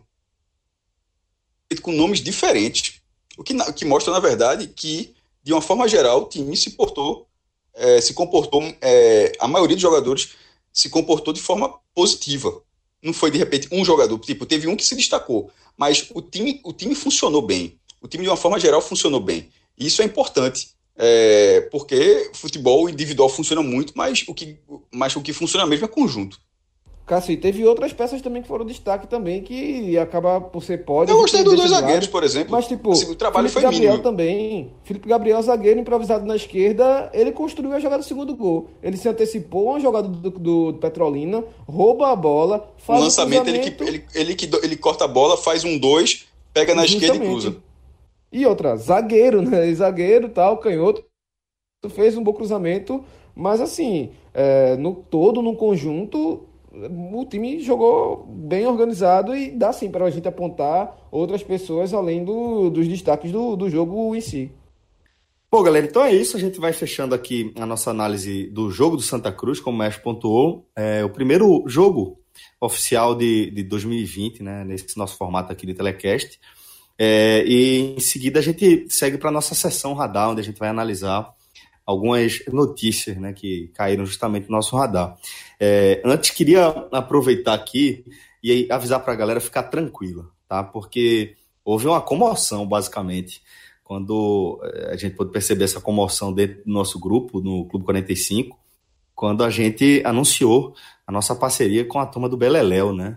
com nomes diferentes, o que, o que mostra, na verdade, que, de uma forma geral, o time se portou, é, se comportou, é, a maioria dos jogadores se comportou de forma positiva. Não foi, de repente, um jogador, tipo, teve um que se destacou, mas o time, o time funcionou bem. O time, de uma forma geral, funcionou bem. E isso é importante, é, porque futebol individual funciona muito, mas o que, mas o que funciona mesmo é conjunto. Cássio, e teve outras peças também que foram destaque também, que acaba por ser pódio. Eu gostei dos dois zagueiros, por exemplo. Mas, tipo, assim, o trabalho Felipe foi Gabriel mínimo. também. Felipe Gabriel, zagueiro improvisado na esquerda, ele construiu a jogada do segundo gol. Ele se antecipou a uma jogada do, do, do Petrolina, rouba a bola, faz o lançamento, ele, que, ele, ele, que, ele corta a bola, faz um dois, pega na Justamente. esquerda e cruza. E outra, zagueiro, né? Zagueiro, tal, canhoto, fez um bom cruzamento, mas assim, é, no todo, no conjunto, o time jogou bem organizado e dá sim para a gente apontar outras pessoas além do, dos destaques do, do jogo em si. Pô, galera, então é isso. A gente vai fechando aqui a nossa análise do jogo do Santa Cruz, como o Mestre pontuou. É o primeiro jogo oficial de, de dois mil e vinte, né, nesse nosso formato aqui de telecast. É, e em seguida a gente segue para a nossa sessão radar, onde a gente vai analisar algumas notícias, né, que caíram justamente no nosso radar. É, antes, queria aproveitar aqui e avisar para a galera ficar tranquila, tá? Porque houve uma comoção, basicamente, quando a gente pôde perceber essa comoção dentro do nosso grupo, no Clube quarenta e cinco, quando a gente anunciou a nossa parceria com a turma do Beleléu, né?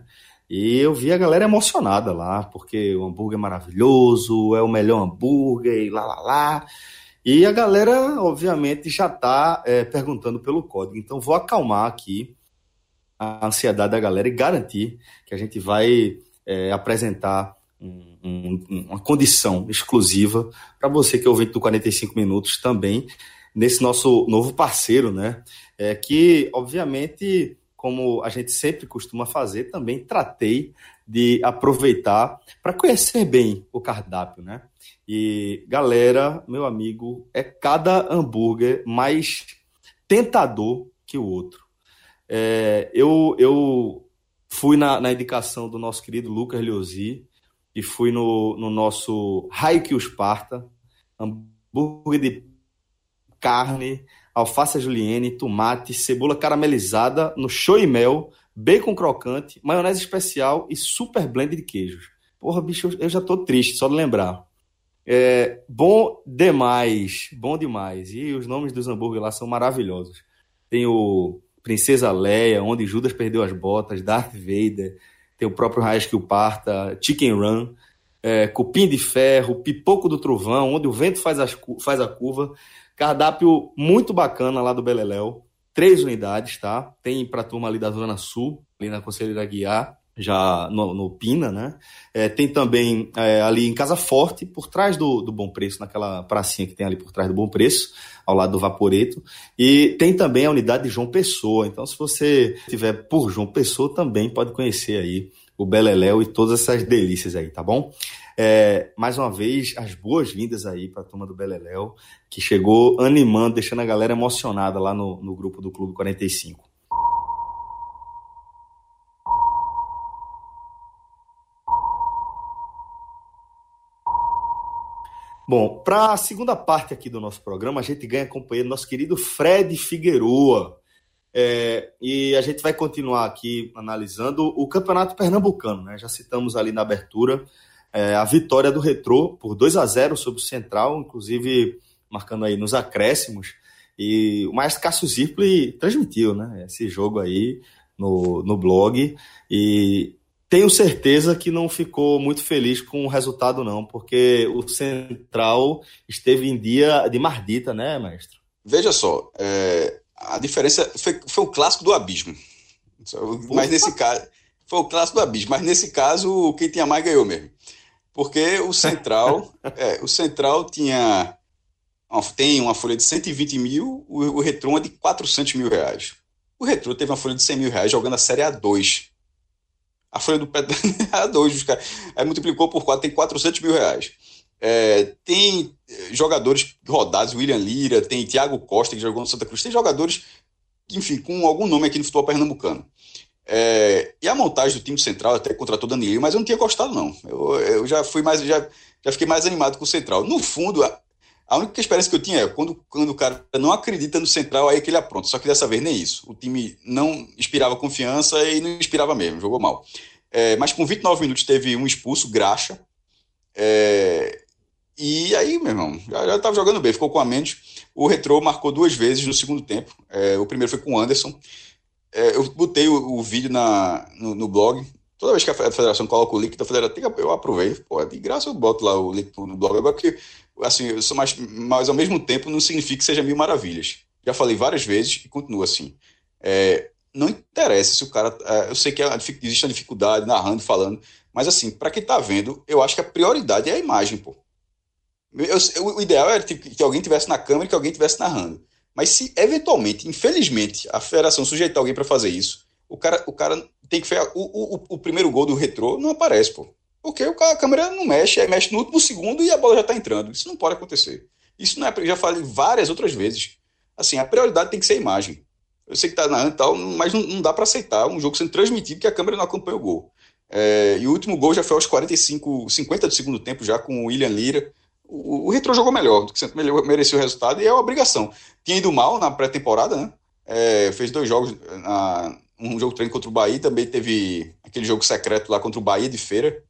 E eu vi a galera emocionada lá, porque o hambúrguer é maravilhoso, é o melhor hambúrguer e lá, lá, lá. E a galera, obviamente, já está é, perguntando pelo código. Então, vou acalmar aqui a ansiedade da galera e garantir que a gente vai é, apresentar um, um, uma condição exclusiva para você que é ouvinte do quarenta e cinco minutos também, nesse nosso novo parceiro, né? É, que, obviamente, como a gente sempre costuma fazer, também tratei de aproveitar para conhecer bem o cardápio, né? E, galera, meu amigo, é cada hambúrguer mais tentador que o outro. É, eu, eu fui na, na indicação do nosso querido Lucas Liozzi e fui no, no nosso Haikyuu Sparta, hambúrguer de carne, alface à julienne, tomate, cebola caramelizada no show e mel, bacon crocante, maionese especial e super blend de queijos. Porra, bicho, eu já tô triste só de lembrar. É, bom demais, bom demais. E os nomes dos hambúrgueres lá são maravilhosos. Tem o Princesa Leia, onde Judas perdeu as botas, Darth Vader, tem o próprio Haikyuu Sparta, Chicken Run, é, Cupim de Ferro, Pipoco do Trovão, onde o vento faz, as, faz a curva. Cardápio muito bacana lá do Beleléu. Três unidades, tá? Tem pra turma ali da Zona Sul, ali na Conselheira Guiar, já no, no Pina, né? É, tem também é, ali em Casa Forte, por trás do, do Bom Preço, naquela pracinha que tem ali por trás do Bom Preço, ao lado do Vaporeto. E tem também a unidade de João Pessoa. Então, se você estiver por João Pessoa, também pode conhecer aí o Beleléu e todas essas delícias aí, tá bom? É, mais uma vez, as boas-vindas aí para a turma do Beleléu, que chegou animando, deixando a galera emocionada lá no, no grupo do Clube quarenta e cinco. Bom, para a segunda parte aqui do nosso programa, a gente ganha companhia do nosso querido Fred Figueroa. É, e a gente vai continuar aqui analisando o Campeonato Pernambucano, né? Já citamos ali na abertura é, a vitória do Retrô por dois a zero sobre o Central, inclusive marcando aí nos acréscimos. E o Maestro Cássio Zirpoli transmitiu, né, esse jogo aí no, no blog. E tenho certeza que não ficou muito feliz com o resultado, não, porque o Central esteve em dia de mardita, né, Maestro? Veja só, é, a diferença foi, foi o clássico do abismo. Mas Ufa. nesse caso, foi o clássico do abismo, mas nesse caso, quem tinha mais ganhou mesmo. Porque o Central, é, o Central tinha, tem uma folha de cento e vinte mil, o, o Retrô é de quatrocentos mil reais. O Retrô teve uma folha de cem mil reais jogando a Série A dois. A folha do pé A dois, os caras, aí multiplicou por quatro, tem quatrocentos mil reais. É, tem jogadores rodados, William Lira, tem Thiago Costa, que jogou no Santa Cruz, tem jogadores, enfim, com algum nome aqui no futebol pernambucano. É, e a montagem do time central até contratou Danilo, mas eu não tinha gostado, não. Eu, eu já fui mais, já, já fiquei mais animado com o Central. No fundo, a, a única experiência que eu tinha é quando, quando o cara não acredita no Central, aí é que ele apronta. Só que dessa vez nem isso. O time não inspirava confiança e não inspirava mesmo, jogou mal. É, mas com vinte e nove minutos teve um expulso, Graxa. É, e aí, meu irmão, já estava jogando bem, ficou com a menos. O Retrô marcou duas vezes no segundo tempo. É, o primeiro foi com o Anderson. É, eu botei o, o vídeo na, no, no blog. Toda vez que a federação coloca o link da federação, eu aproveito. Pô, de graça eu boto lá o link no blog. Agora, porque assim, eu sou mais, mas ao mesmo tempo não significa que seja mil maravilhas. Já falei várias vezes e continua assim. É, não interessa se o cara. É, eu sei que existe uma dificuldade narrando, falando, mas assim, para quem tá vendo, eu acho que a prioridade é a imagem, pô. Eu, eu, o ideal era que, que alguém tivesse na câmera e que alguém tivesse narrando. Mas se, eventualmente, infelizmente, a federação sujeitar alguém para fazer isso, o cara, o cara tem que fazer... O, o, o primeiro gol do Retrô não aparece, pô. Porque o cara, a câmera não mexe, aí mexe no último segundo e a bola já tá entrando. Isso não pode acontecer. Isso não é... Já falei várias outras vezes. Assim, a prioridade tem que ser a imagem. Eu sei que tá na e tal, mas não, não dá para aceitar um jogo sendo transmitido que a câmera não acompanha o gol. É, e o último gol já foi aos quarenta e cinco, cinquenta do segundo tempo, já com o William Lira. O, o Retrô jogou melhor, do que sempre mereceu o resultado, e é uma obrigação. Tinha ido mal na pré-temporada, né? É, fez dois jogos, na, um jogo treino contra o Bahia, também teve aquele jogo secreto lá contra o Bahia de Feira,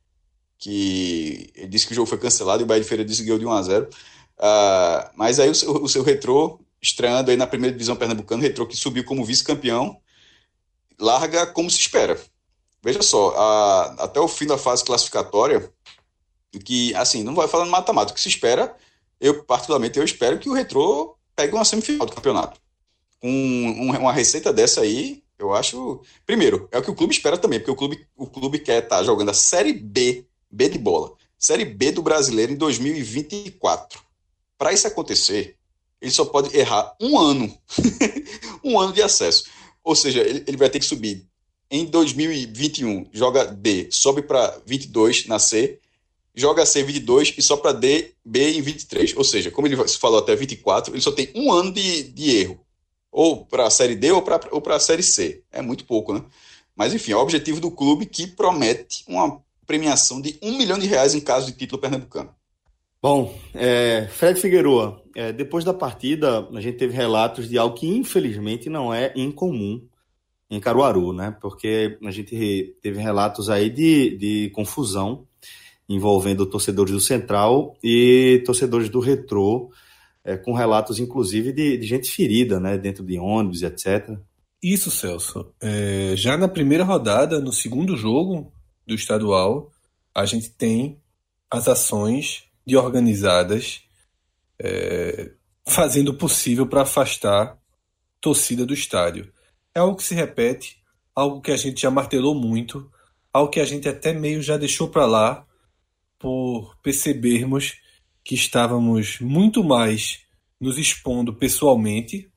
que ele disse que o jogo foi cancelado e o Bahia de Feira disse que ganhou de um a zero. Uh, mas aí o seu, o seu Retrô, estreando aí na primeira divisão pernambucana, o Retrô que subiu como vice-campeão, larga como se espera. Veja só, a, até o fim da fase classificatória, que, assim, não vai falando mata-mata, o que se espera, eu, particularmente, eu espero que o Retrô pegue uma semifinal do campeonato. Um, um, uma receita dessa aí, eu acho... Primeiro, é o que o clube espera também, porque o clube, o clube quer estar jogando a Série B, B de bola, Série B do Brasileiro em dois mil e vinte e quatro. Para isso acontecer, ele só pode errar um ano, um ano de acesso. Ou seja, ele, ele vai ter que subir em dois mil e vinte e um, joga D, sobe para vinte e dois na C, joga C vinte e dois e só para D, B em vinte e três. Ou seja, como ele falou até vinte e quatro, ele só tem um ano de, de erro. Ou para a Série D ou para ou para a Série C. É muito pouco, né? Mas, enfim, é o objetivo do clube que promete uma premiação de um milhão de reais em caso de título pernambucano. Bom, é, Fred Figueroa, é, depois da partida, a gente teve relatos de algo que, infelizmente, não é incomum em Caruaru, né? Porque a gente teve relatos aí de, de confusão envolvendo torcedores do Central e torcedores do Retrô, é, com relatos, inclusive, de, de gente ferida, né? Dentro de ônibus, etcétera. Isso, Celso. É, já na primeira rodada, no segundo jogo do estadual, a gente tem as ações de organizadas é, fazendo o possível para afastar torcida do estádio. É algo que se repete, algo que a gente já martelou muito, algo que a gente até meio já deixou para lá por percebermos que estávamos muito mais nos expondo pessoalmente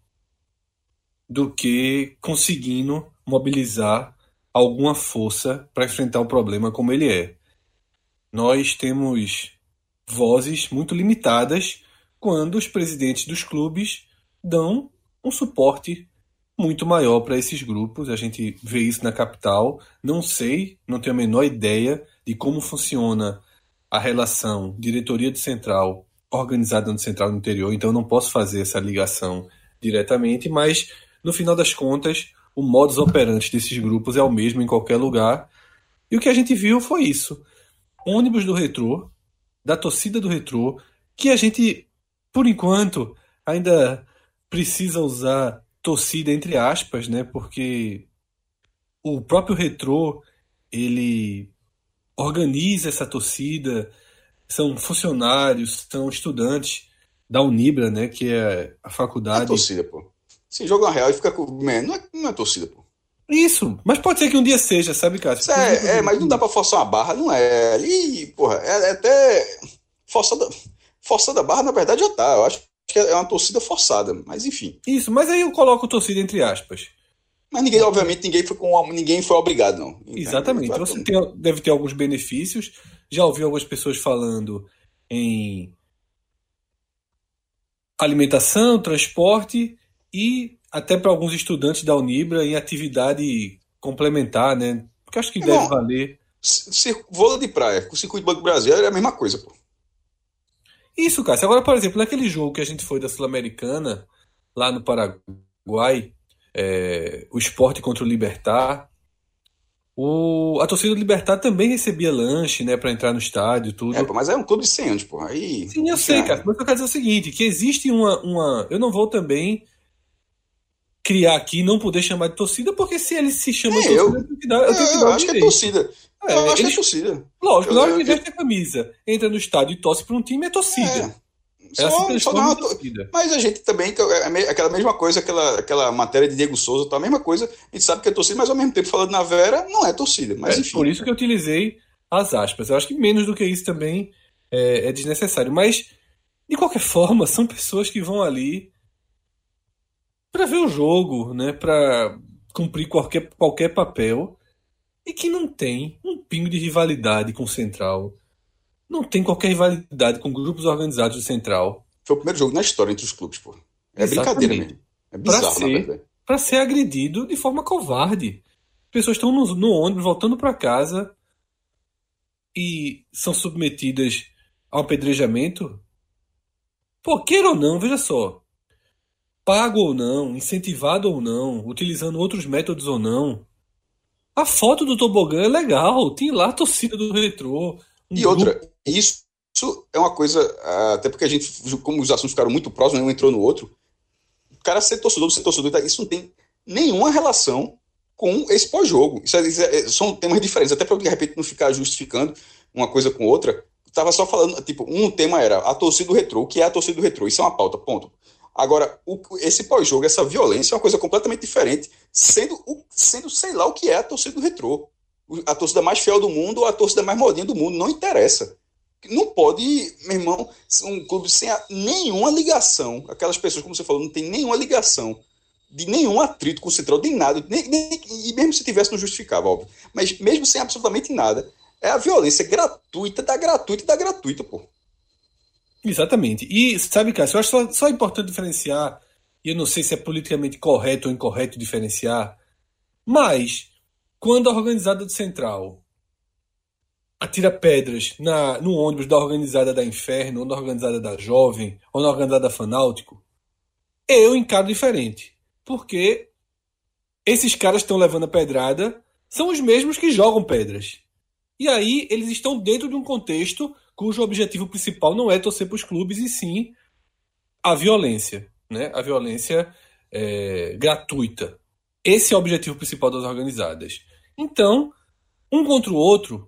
do que conseguindo mobilizar alguma força para enfrentar o problema como ele é. Nós temos vozes muito limitadas quando os presidentes dos clubes dão um suporte muito maior para esses grupos. A gente vê isso na capital. Não sei, não tenho a menor ideia de como funciona a relação diretoria do Central organizada no Central no interior, então eu não posso fazer essa ligação diretamente, mas no final das contas o modus operandi desses grupos é o mesmo em qualquer lugar. E o que a gente viu foi isso. Ônibus do Retrô, da torcida do Retrô, que a gente, por enquanto, ainda precisa usar torcida entre aspas, né? Porque o próprio Retrô, ele organiza essa torcida, são funcionários, são estudantes da Unibra, né? Que é a faculdade... É torcida, pô. Se joga uma real e fica com... Não é, não é torcida, pô. Isso, mas pode ser que um dia seja, sabe, Cássio? É, é, mas não dá pra forçar uma barra, não é. Ali, porra, é, é até... Forçada, forçada a barra, na verdade, já tá. Eu acho que é uma torcida forçada, mas enfim. Isso, mas aí eu coloco torcida entre aspas. Mas ninguém, obviamente, ninguém foi, com, ninguém foi obrigado, não. Então, exatamente. Você tem, deve ter alguns benefícios. Já ouvi algumas pessoas falando em alimentação, transporte e até para alguns estudantes da Unibra em atividade complementar, né? Porque acho que é, deve bom, valer. Vôlei de praia com o Circuito Banco Brasil é a mesma coisa, pô. Isso, Cássio. Agora, por exemplo, naquele jogo que a gente foi da Sul-Americana, lá no Paraguai, é, o Sport contra o Libertad, o, a torcida do Libertad também recebia lanche, né, para entrar no estádio, tudo. É, pô, mas é um clube de cem anos, pô. Aí... Sim, eu sei, cara. Mas eu quero dizer o seguinte, que existe uma, uma... Eu não vou também criar aqui e não poder chamar de torcida, porque se eles se chamam é, de torcida, eu, eu tenho que dar, eu tenho que dar eu o acho direito. que é torcida. É, eu acho eles, que é torcida. Lógico, eu, na hora que eu, veste a camisa, entra no estádio e torce para um time, é torcida. É. É Só, assim só uma, mas a gente também, aquela mesma coisa, aquela, aquela matéria de Diego Souza, tá a mesma coisa, a gente sabe que é torcida, mas ao mesmo tempo falando na Vera, não é torcida. Mas é, enfim. Por isso que eu utilizei as aspas. Eu acho que menos do que isso também é, é desnecessário. Mas, de qualquer forma, são pessoas que vão ali para ver o jogo, né, para cumprir qualquer, qualquer papel e que não tem um pingo de rivalidade com o Central. Não tem qualquer rivalidade com grupos organizados do Central. Foi o primeiro jogo na história entre os clubes, pô. É exatamente. Brincadeira mesmo. É bizarro, pra ser, na verdade. Pra ser agredido de forma covarde. As pessoas estão no, no ônibus, voltando para casa e são submetidas a um apedrejamento. Pô, queira ou não, veja só. Pago ou não, incentivado ou não, utilizando outros métodos ou não, a foto do tobogã é legal. Tem lá a torcida do Retrô. Um e outra, isso, isso é uma coisa, até porque a gente, como os assuntos ficaram muito próximos, um entrou no outro, o cara ser torcedor, ser torcedor, isso não tem nenhuma relação com esse pós-jogo. Isso é, isso é, são temas diferentes, até para de repente não ficar justificando uma coisa com outra. Tava só falando, tipo, um tema era a torcida do Retrô. O que é a torcida do Retrô? Isso é uma pauta, ponto. Agora, o, esse pós-jogo, essa violência é uma coisa completamente diferente, sendo, o, sendo sei lá o que é a torcida do Retrô. A torcida mais fiel do mundo ou a torcida mais modinha do mundo, não interessa. Não pode, meu irmão, um clube sem a, nenhuma ligação, aquelas pessoas, como você falou, não tem nenhuma ligação, de nenhum atrito com o Central, de nada, nem, nem, e mesmo se tivesse, não justificava, óbvio, mas mesmo sem absolutamente nada, é a violência gratuita da gratuita da gratuita, pô. Exatamente. E, sabe, Cássio, eu acho só, só importante diferenciar, e eu não sei se é politicamente correto ou incorreto diferenciar, mas quando a organizada do Central atira pedras na, no ônibus da organizada da Inferno, ou na organizada da Jovem, ou na organizada da Fanáutico, eu encaro diferente. Porque esses caras que estão levando a pedrada são os mesmos que jogam pedras. E aí eles estão dentro de um contexto cujo objetivo principal não é torcer para os clubes, e sim a violência, né? A violência é, gratuita. Esse é o objetivo principal das organizadas. Então, um contra o outro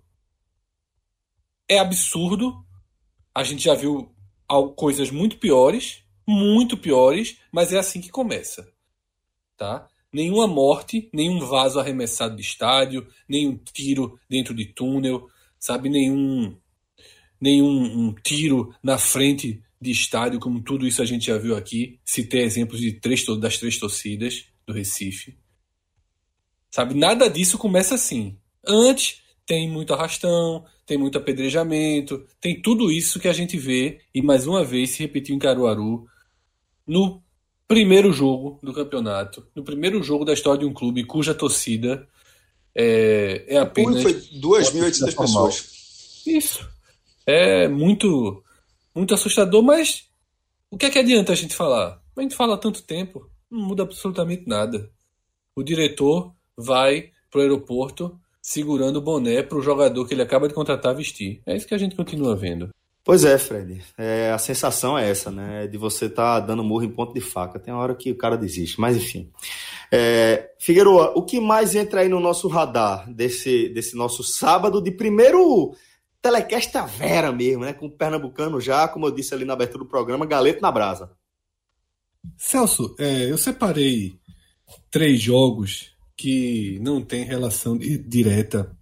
é absurdo. A gente já viu coisas muito piores, muito piores, mas é assim que começa. Tá? Nenhuma morte, nenhum vaso arremessado de estádio, nenhum tiro dentro de túnel, sabe? Nenhum, nenhum um tiro na frente de estádio, como tudo isso a gente já viu aqui. Citei exemplos de três, das três torcidas do Recife. Sabe? Nada disso começa assim. Antes tem muito arrastão, tem muito apedrejamento, tem tudo isso que a gente vê, e mais uma vez se repetiu em Caruaru, no primeiro jogo do campeonato, no primeiro jogo da história de um clube cuja torcida é, é apenas... Foi duas mil e oitocentas pessoas. Isso. É muito, muito assustador, mas o que é que adianta a gente falar? A gente fala há tanto tempo, não muda absolutamente nada. O diretor vai pro aeroporto segurando o boné pro jogador que ele acaba de contratar vestir. É isso que a gente continua vendo. Pois é, Fred. É, a sensação é essa, né? De você estar tá dando murro em ponto de faca. Tem uma hora que o cara desiste, mas enfim. É, Figueroa, o que mais entra aí no nosso radar desse, desse nosso sábado de primeiro telecast à vera mesmo, né? Com o pernambucano já, como eu disse ali na abertura do programa, Galeto na brasa. Celso, é, eu separei três jogos que não têm relação direta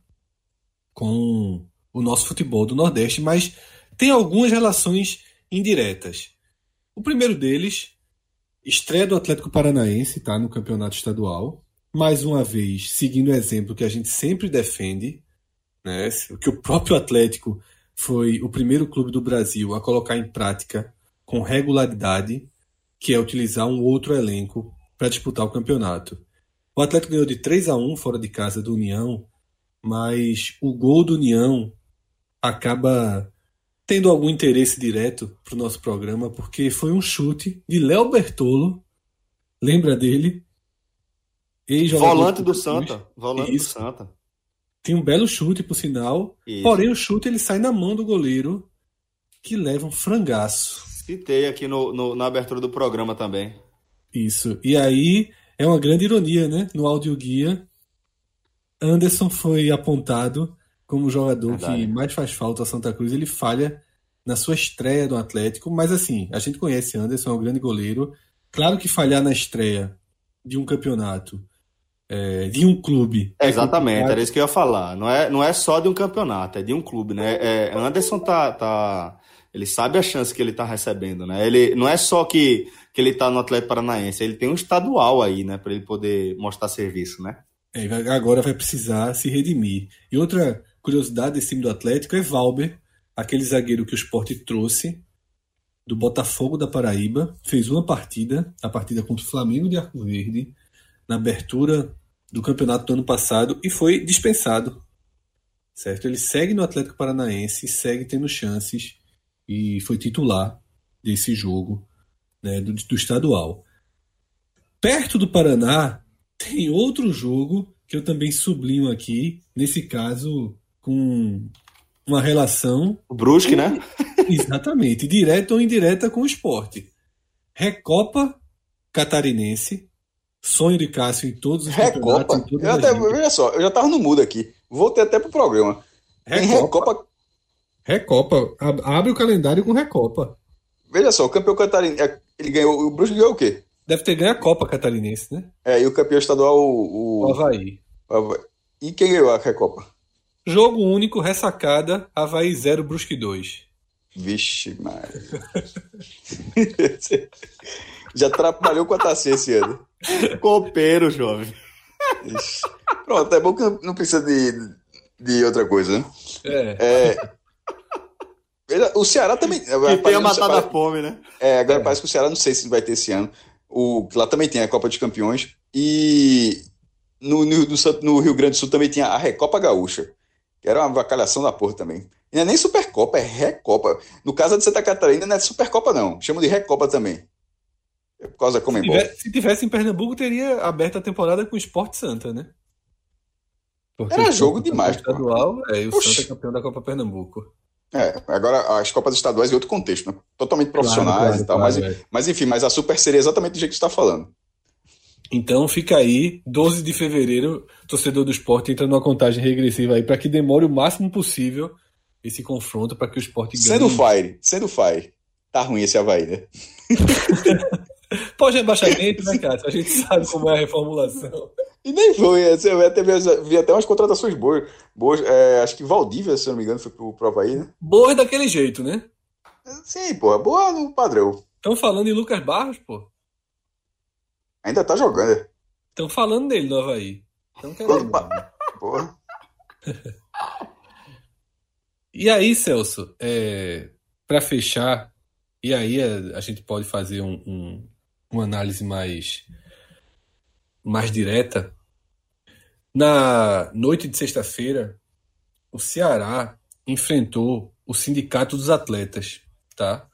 com o nosso futebol do Nordeste, mas tem algumas relações indiretas. O primeiro deles, estreia do Atlético Paranaense, tá, no campeonato estadual. Mais uma vez, seguindo o exemplo que a gente sempre defende, né, que o próprio Atlético foi o primeiro clube do Brasil a colocar em prática com regularidade, que é utilizar um outro elenco para disputar o campeonato. O Atlético ganhou de três a um fora de casa do União, mas o gol do União acaba tendo algum interesse direto para o nosso programa, porque foi um chute de Léo Bertolo, lembra dele? Volante do Santa. Volante Isso. do Santa. Tem um belo chute, por sinal, Isso. porém o chute ele sai na mão do goleiro, que leva um frangaço. Citei aqui no, no, na abertura do programa também. Isso, e aí é uma grande ironia, né? No audioguia, Anderson foi apontado como o jogador Verdade. que mais faz falta a Santa Cruz. Ele falha na sua estreia do Atlético, mas assim, a gente conhece Anderson, é um grande goleiro. Claro que falhar na estreia de um campeonato, é, de um clube... É, exatamente, era isso que eu ia falar. Não é, não é só de um campeonato, é de um clube, né? É, Anderson tá, tá... Ele sabe a chance que ele tá recebendo, né? Ele, não é só que, que ele tá no Atlético Paranaense, ele tem um estadual aí, né? Para ele poder mostrar serviço, né? É, agora vai precisar se redimir. E outra curiosidade desse time do Atlético é Valber, aquele zagueiro que o Sport trouxe do Botafogo da Paraíba, fez uma partida, a partida contra o Flamengo de Arco Verde, na abertura do campeonato do ano passado, e foi dispensado. Certo? Ele segue no Atlético Paranaense, segue tendo chances, e foi titular desse jogo, né, do, do estadual. Perto do Paraná, tem outro jogo que eu também sublinho aqui, nesse caso com uma relação... O Brusque, né? Exatamente, direta ou indireta com o Sport. Recopa Catarinense, Sonho de Cássio em todos os Recopa. campeonatos. Eu até, veja só, eu já tava no mudo aqui. Voltei até pro programa. Tem Recopa. Recopa. Abre o calendário com Recopa. Veja só, o campeão catarinense, ele ganhou, o Brusque ganhou o quê? Deve ter ganho a Copa Catarinense, né? É, e o campeão estadual, o... O Avaí. o Avaí. E quem ganhou a Recopa? Jogo único, ressacada, Avaí zero, Brusque dois. Vixe, Maria. Já trabalhou com a Taça esse ano. Copeiro, jovem. Ixi. Pronto, é bom que não precisa de, de outra coisa, né? É. é... O Ceará também... Que tenha matado a fome, né? É, agora é. Parece que o Ceará, não sei se vai ter esse ano. O, lá também tem a Copa dos Campeões. E no, no, no, no Rio Grande do Sul também tinha a Recopa Gaúcha. Que era uma vacalhação da porra também. E não é nem Supercopa, é Recopa. No caso de Santa Catarina, não é Supercopa, não. Chamam de Recopa também. É por causa da Comembol. Se tivesse, se tivesse em Pernambuco, teria aberto a temporada com o Sport Santa, né? Porque era jogo demais. Estadual, é, e o Oxi. Santa é campeão da Copa Pernambuco. É, agora as Copas Estaduais em outro contexto, né? Totalmente profissionais claro, claro, e tal. Claro, mas, é. mas enfim, mas a Super seria exatamente do jeito que você está falando. Então fica aí, doze de fevereiro, torcedor do Sport entra numa contagem regressiva aí para que demore o máximo possível esse confronto para que o Sport ganhe. Sendo Fire, sendo Fire. Tá ruim esse Avaí, né? Pode rebaixamento, né, cara? A gente sabe como é a reformulação. E nem foi, eu até vi, vi até umas contratações boas. boas é, acho que Valdívia, se eu não me engano, foi pro, pro Avaí, né? Boa daquele jeito, né? Sim, pô, boa no padrão. Estão falando em Lucas Barros, pô. Ainda tá jogando, né? Estão falando dele no Avaí. Então, querendo. Pa... Porra. E aí, Celso, é, para fechar, e aí a, a gente pode fazer um, um, uma análise mais, mais direta. Na noite de sexta-feira, o Ceará enfrentou o Sindicato dos Atletas, tá?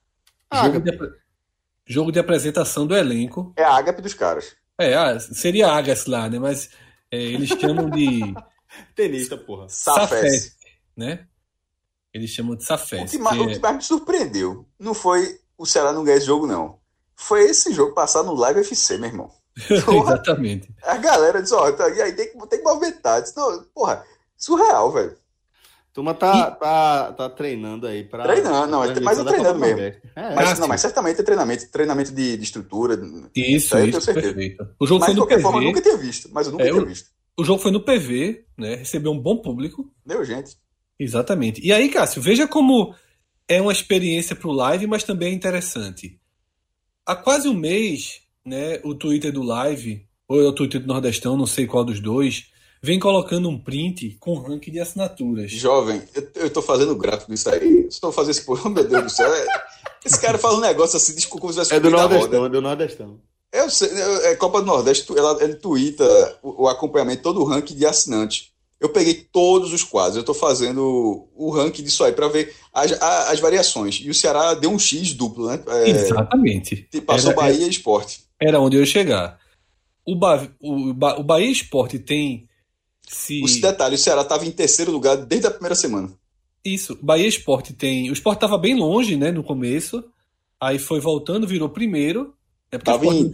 Jogo de, jogo de apresentação do elenco. É a ágape dos caras. É, ah, seria Agas lá, né? Mas é, eles chamam de... Tenista, porra. Safes, né? Eles chamam de Safes. O que, mais, que é... o que mais me surpreendeu não foi o Ceará não ganhar esse jogo, não. Foi esse jogo passar no Live F C, meu irmão. Porra, exatamente. A galera disse, ó, oh, e aí tem que, tem que movimentar. Disse, não, porra, surreal, velho. Turma tá, e... tá, tá treinando aí pra... Treinando, não, mas é treinando mesmo. É, mas, é, não, mas certamente é treinamento, treinamento de, de estrutura. Isso, isso, isso perfeito. O jogo mas, foi no de qualquer P V. forma, eu nunca tinha visto, mas eu nunca é, tinha o, visto. O jogo foi no P V, né, recebeu um bom público. Deu gente. Exatamente. E aí, Cássio, veja como é uma experiência pro Live, mas também é interessante. Há quase um mês, né, o Twitter do Live, ou é o Twitter do Nordestão, não sei qual dos dois, vem colocando um print com ranking de assinaturas. Jovem, eu, eu tô fazendo gráfico disso aí. Estou fazendo esse porra, meu Deus do céu. É, esse cara fala um negócio assim, desculpa, como se é do Nordestão, é do Nordestão. Eu sei, é Copa do Nordeste, ela, ele tuita o, o acompanhamento, todo o ranking de assinantes. Eu peguei todos os quadros, eu tô fazendo o ranking disso aí para ver as, as variações. E o Ceará deu um X duplo, né? É, exatamente. Passou era, Bahia e Sport. Era onde eu ia chegar. O, ba, o, o Bahia e Sport tem... Se... O detalhe, o Ceará estava em terceiro lugar desde a primeira semana. Isso, Bahia Sport tem... O Sport estava bem longe, né, no começo, aí foi voltando, virou primeiro. É tava, em...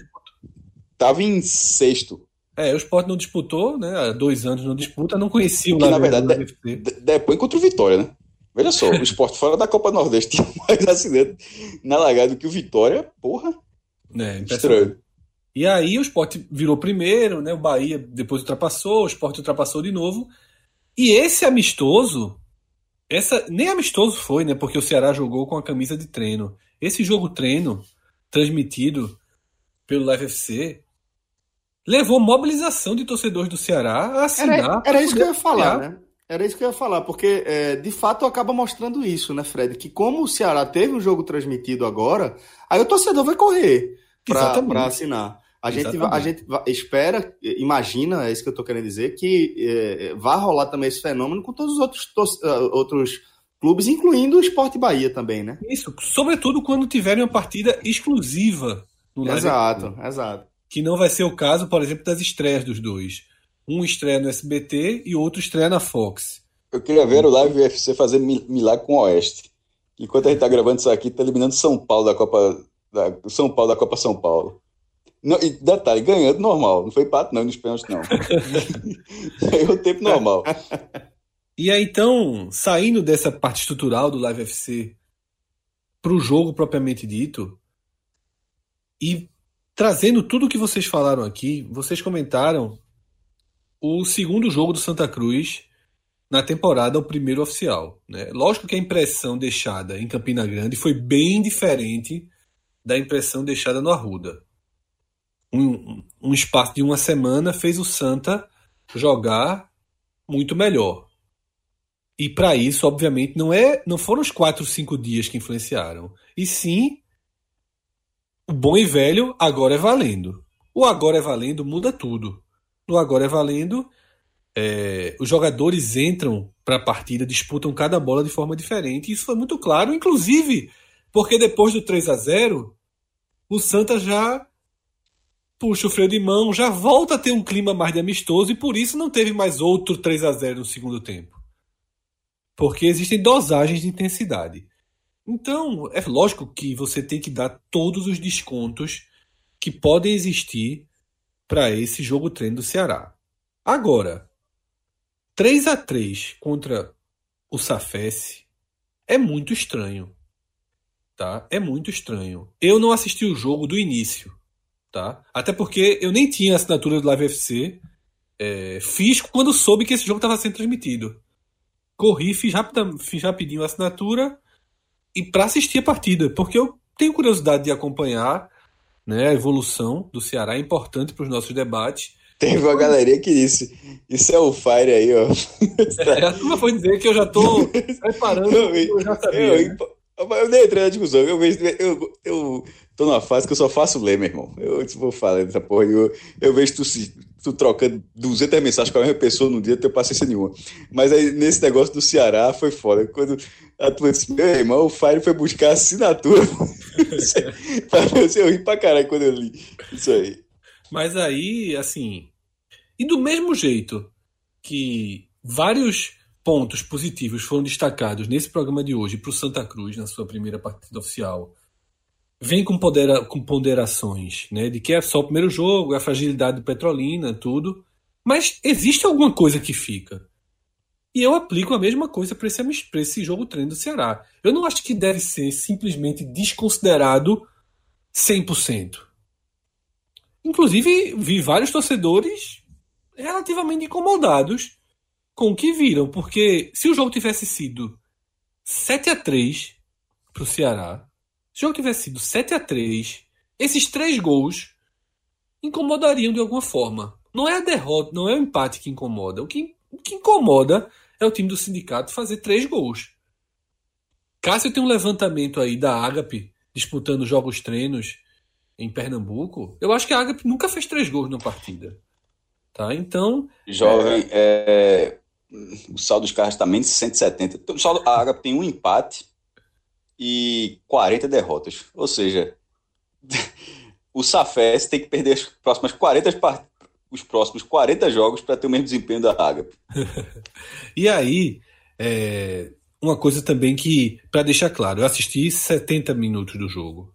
tava em sexto. É, o Sport não disputou, né, há dois anos não disputa, não conhecia o lado. Na verdade, de... De... depois contra o Vitória, né? Veja só, o Sport fora da Copa do Nordeste tinha mais acidente na largada do que o Vitória, porra. É, estranho. E aí o Sport virou primeiro, né? O Bahia depois ultrapassou, o Sport ultrapassou de novo. E esse amistoso, essa nem amistoso foi, né? Porque o Ceará jogou com a camisa de treino. Esse jogo treino, transmitido pelo Live F C, levou mobilização de torcedores do Ceará a assinar. Era, era isso que eu ia falar, né? Era isso que eu ia falar, porque é, de fato acaba mostrando isso, né, Fred? Que como o Ceará teve um jogo transmitido agora, aí o torcedor vai correr para assinar. A gente, a gente espera, imagina, é isso que eu estou querendo dizer, que é, vai rolar também esse fenômeno com todos os outros, tos, uh, outros clubes, incluindo o Sport Bahia também, né? Isso, sobretudo quando tiverem uma partida exclusiva no Live. Exato, exato. Que não vai ser o caso, por exemplo, das estreias dos dois. Um estreia no S B T e outro estreia na Fox. Eu queria ver o Live U F C fazer milagre com o Oeste. Enquanto a gente está gravando isso aqui, está eliminando São Paulo da Copa, da, São Paulo da Copa São Paulo. Não, e detalhe, ganhando normal. Não foi empate, não, nos pênaltis, não. Ganhou o tempo normal. E aí, então, saindo dessa parte estrutural do Live F C para o jogo propriamente dito, e trazendo tudo o que vocês falaram aqui, vocês comentaram o segundo jogo do Santa Cruz na temporada, o primeiro oficial, né? Lógico que a impressão deixada em Campina Grande foi bem diferente da impressão deixada no Arruda. Um, um espaço de uma semana fez o Santa jogar muito melhor. E para isso, obviamente, não, é, não foram os quatro, cinco dias que influenciaram. E sim, o bom e velho agora é valendo. O agora é valendo muda tudo. No agora é valendo, é, os jogadores entram para a partida, disputam cada bola de forma diferente. E isso foi muito claro, inclusive porque depois do três a zero, o Santa já puxa o freio de mão, já volta a ter um clima mais de amistoso e por isso não teve mais outro três a zero no segundo tempo. Porque existem dosagens de intensidade. Então, é lógico que você tem que dar todos os descontos que podem existir para esse jogo treino do Ceará. Agora, três a três contra o Safessi é muito estranho. Tá? É muito estranho. Eu não assisti o jogo do início. Tá? Até porque eu nem tinha assinatura do Live F C. É, fiz quando soube que esse jogo estava sendo transmitido. Corri, fiz, rapida, fiz rapidinho a assinatura e para assistir a partida, porque eu tenho curiosidade de acompanhar, né, a evolução do Ceará, é importante para os nossos debates. Teve uma galerinha que disse, isso é o Fire aí, ó. É, a turma foi dizer que eu já estou preparando, eu, eu já sabia. Eu, né? eu, eu nem entrei na discussão, eu, vejo, eu, eu tô numa fase que eu só faço ler, meu irmão. Eu vou falar dessa porra, eu, eu vejo tu, tu trocando duzentas mensagens com a mesma pessoa num dia, não tenho paciência nenhuma. Mas aí, nesse negócio do Ceará, foi foda. Quando a tua disse, meu irmão, o Fire foi buscar assinatura. Eu ri pra caralho quando eu li isso aí. Mas aí, assim, e do mesmo jeito que vários pontos positivos foram destacados nesse programa de hoje para o Santa Cruz, na sua primeira partida oficial, vem com, pondera, com ponderações, né, de que é só o primeiro jogo, a fragilidade do Petrolina, tudo, mas existe alguma coisa que fica. E eu aplico a mesma coisa para esse, esse jogo treino do Ceará. Eu não acho que deve ser simplesmente desconsiderado cem por cento. Inclusive, vi vários torcedores relativamente incomodados com o que viram, porque se o jogo tivesse sido sete a três para o Ceará, se o jogo tivesse sido sete a três, esses três gols incomodariam de alguma forma. Não é a derrota, não é o empate que incomoda. O que, o que incomoda é o time do Sindicato fazer três gols. Cássio tem um levantamento aí da Ágape disputando jogos treinos em Pernambuco. Eu acho que a Ágape nunca fez três gols na partida. Tá? Então... Jovem, é... É... o saldo dos caras está menos de cento e setenta. O saldo, a Ágape tem um empate e quarenta derrotas. Ou seja, o Safes tem que perder as próximas quarenta part... os próximos quarenta jogos para ter o mesmo desempenho da Ágape. E aí, é... uma coisa também que, para deixar claro, eu assisti setenta minutos do jogo.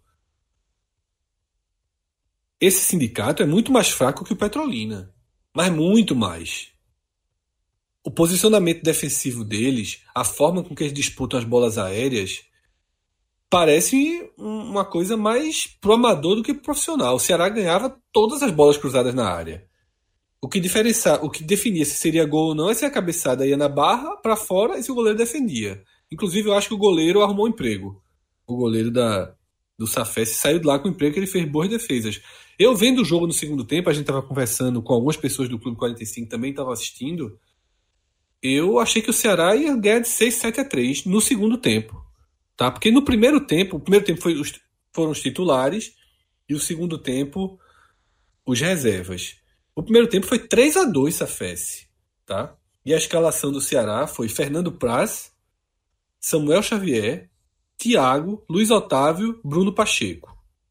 Esse Sindicato é muito mais fraco que o Petrolina. Mas muito mais. O posicionamento defensivo deles, a forma com que eles disputam as bolas aéreas, parece uma coisa mais pro amador do que pro profissional. O Ceará ganhava todas as bolas cruzadas na área. O que, diferencia, o que definia se seria gol ou não é se a cabeçada ia na barra, para fora, e se o goleiro defendia. Inclusive, eu acho que o goleiro arrumou um emprego. O goleiro da, do Safes saiu de lá com o emprego, que ele fez boas defesas. Eu vendo o jogo no segundo tempo, a gente estava conversando com algumas pessoas do Clube quarenta e cinco, também estavam assistindo. Eu achei que o Ceará ia ganhar de seis, sete a três no segundo tempo. Tá? Porque no primeiro tempo, o primeiro tempo foi os, foram os titulares e o segundo tempo os reservas. O primeiro tempo foi três a dois Safes. Tá? E a escalação do Ceará foi Fernando Praz, Samuel Xavier, Thiago, Luiz Otávio, Bruno Pacheco.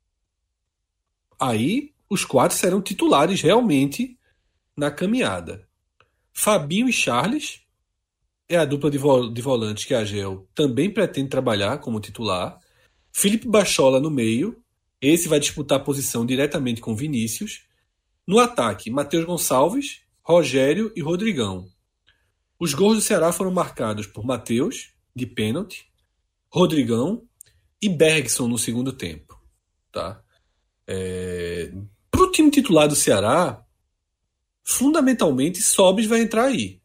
Aí, os quatro serão titulares realmente na caminhada. Fabinho e Charles é a dupla de, vol- de volantes que a Agel também pretende trabalhar como titular. Felipe Bachola no meio Esse vai disputar a posição diretamente com Vinícius. No ataque, Matheus Gonçalves, Rogério e Rodrigão. Os gols do Ceará foram marcados por Matheus, de pênalti, Rodrigão e Bergson no segundo tempo. Tá? É... Para o time titular do Ceará, fundamentalmente, Sobis vai entrar aí.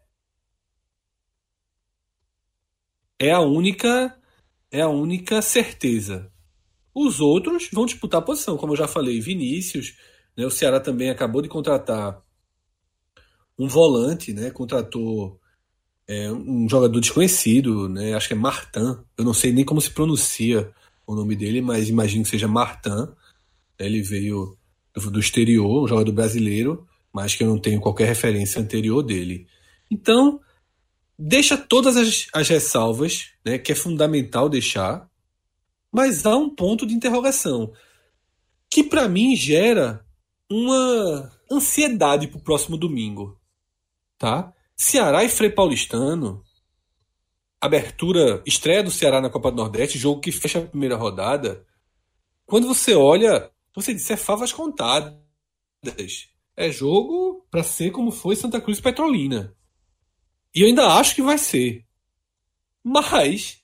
É a única, é a única certeza. Os outros vão disputar a posição, como eu já falei, Vinícius, né? O Ceará também acabou de contratar um volante, né? Contratou é, um jogador desconhecido, né? Acho que é Martin, eu não sei nem como se pronuncia o nome dele, mas imagino que seja Martin. Ele veio do, do exterior, um jogador brasileiro, mas que eu não tenho qualquer referência anterior dele. Então, deixa todas as, as ressalvas, né, que é fundamental deixar, mas há um ponto de interrogação que para mim gera uma ansiedade para o próximo domingo. Tá? Ceará e Frei Paulistano, abertura, estreia do Ceará na Copa do Nordeste, jogo que fecha a primeira rodada. Quando você olha, você diz, é favas contadas. É jogo para ser como foi Santa Cruz e Petrolina. E eu ainda acho que vai ser. Mas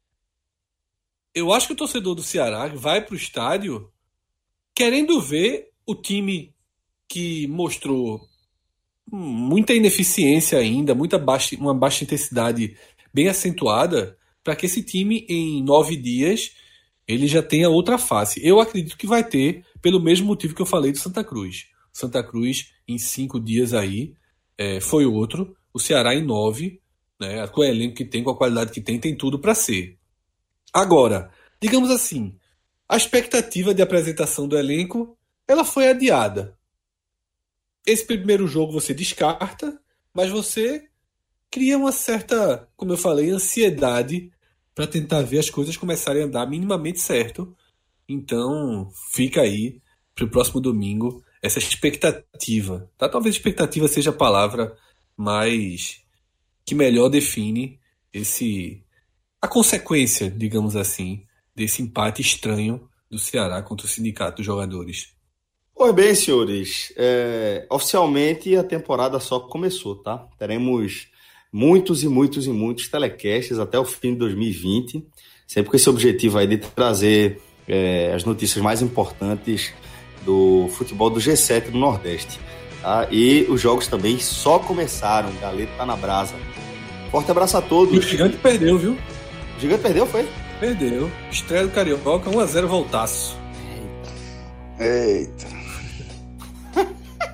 eu acho que o torcedor do Ceará vai para o estádio querendo ver o time que mostrou muita ineficiência ainda, muita baixa, uma baixa intensidade bem acentuada, para que esse time em nove dias ele já tenha outra face. Eu acredito que vai ter, pelo mesmo motivo que eu falei do Santa Cruz. Santa Cruz em cinco dias aí é, foi outro. O Ceará em nove, né, com o elenco que tem, com a qualidade que tem, tem tudo para ser. Agora, digamos assim, a expectativa de apresentação do elenco, ela foi adiada. Esse primeiro jogo você descarta, mas você cria uma certa, como eu falei, ansiedade para tentar ver as coisas começarem a andar minimamente certo. Então, fica aí para o próximo domingo essa expectativa. Tá? Talvez expectativa seja a palavra mais que melhor define esse a consequência, digamos assim, desse empate estranho do Ceará contra o Sindicato dos Jogadores. Pois bem, senhores, é, oficialmente a temporada só começou, tá? Teremos muitos e muitos e muitos telecasts até o fim de dois mil e vinte, sempre com esse objetivo aí de trazer é, as notícias mais importantes do futebol do G sete do Nordeste. Tá? E os jogos também só começaram, o Galeto tá na brasa. Forte abraço a todos. E o Gigante perdeu, viu? O Gigante perdeu, foi? Perdeu. Estreia do Carioca, um a zero voltaço. Eita.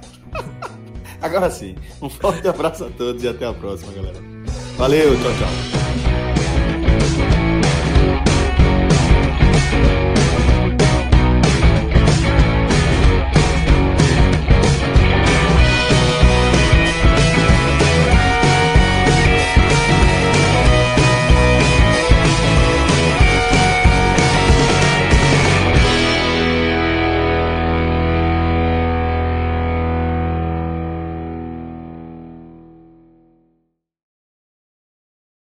Agora sim, um forte abraço a todos e até a próxima, galera. Valeu, tchau, tchau.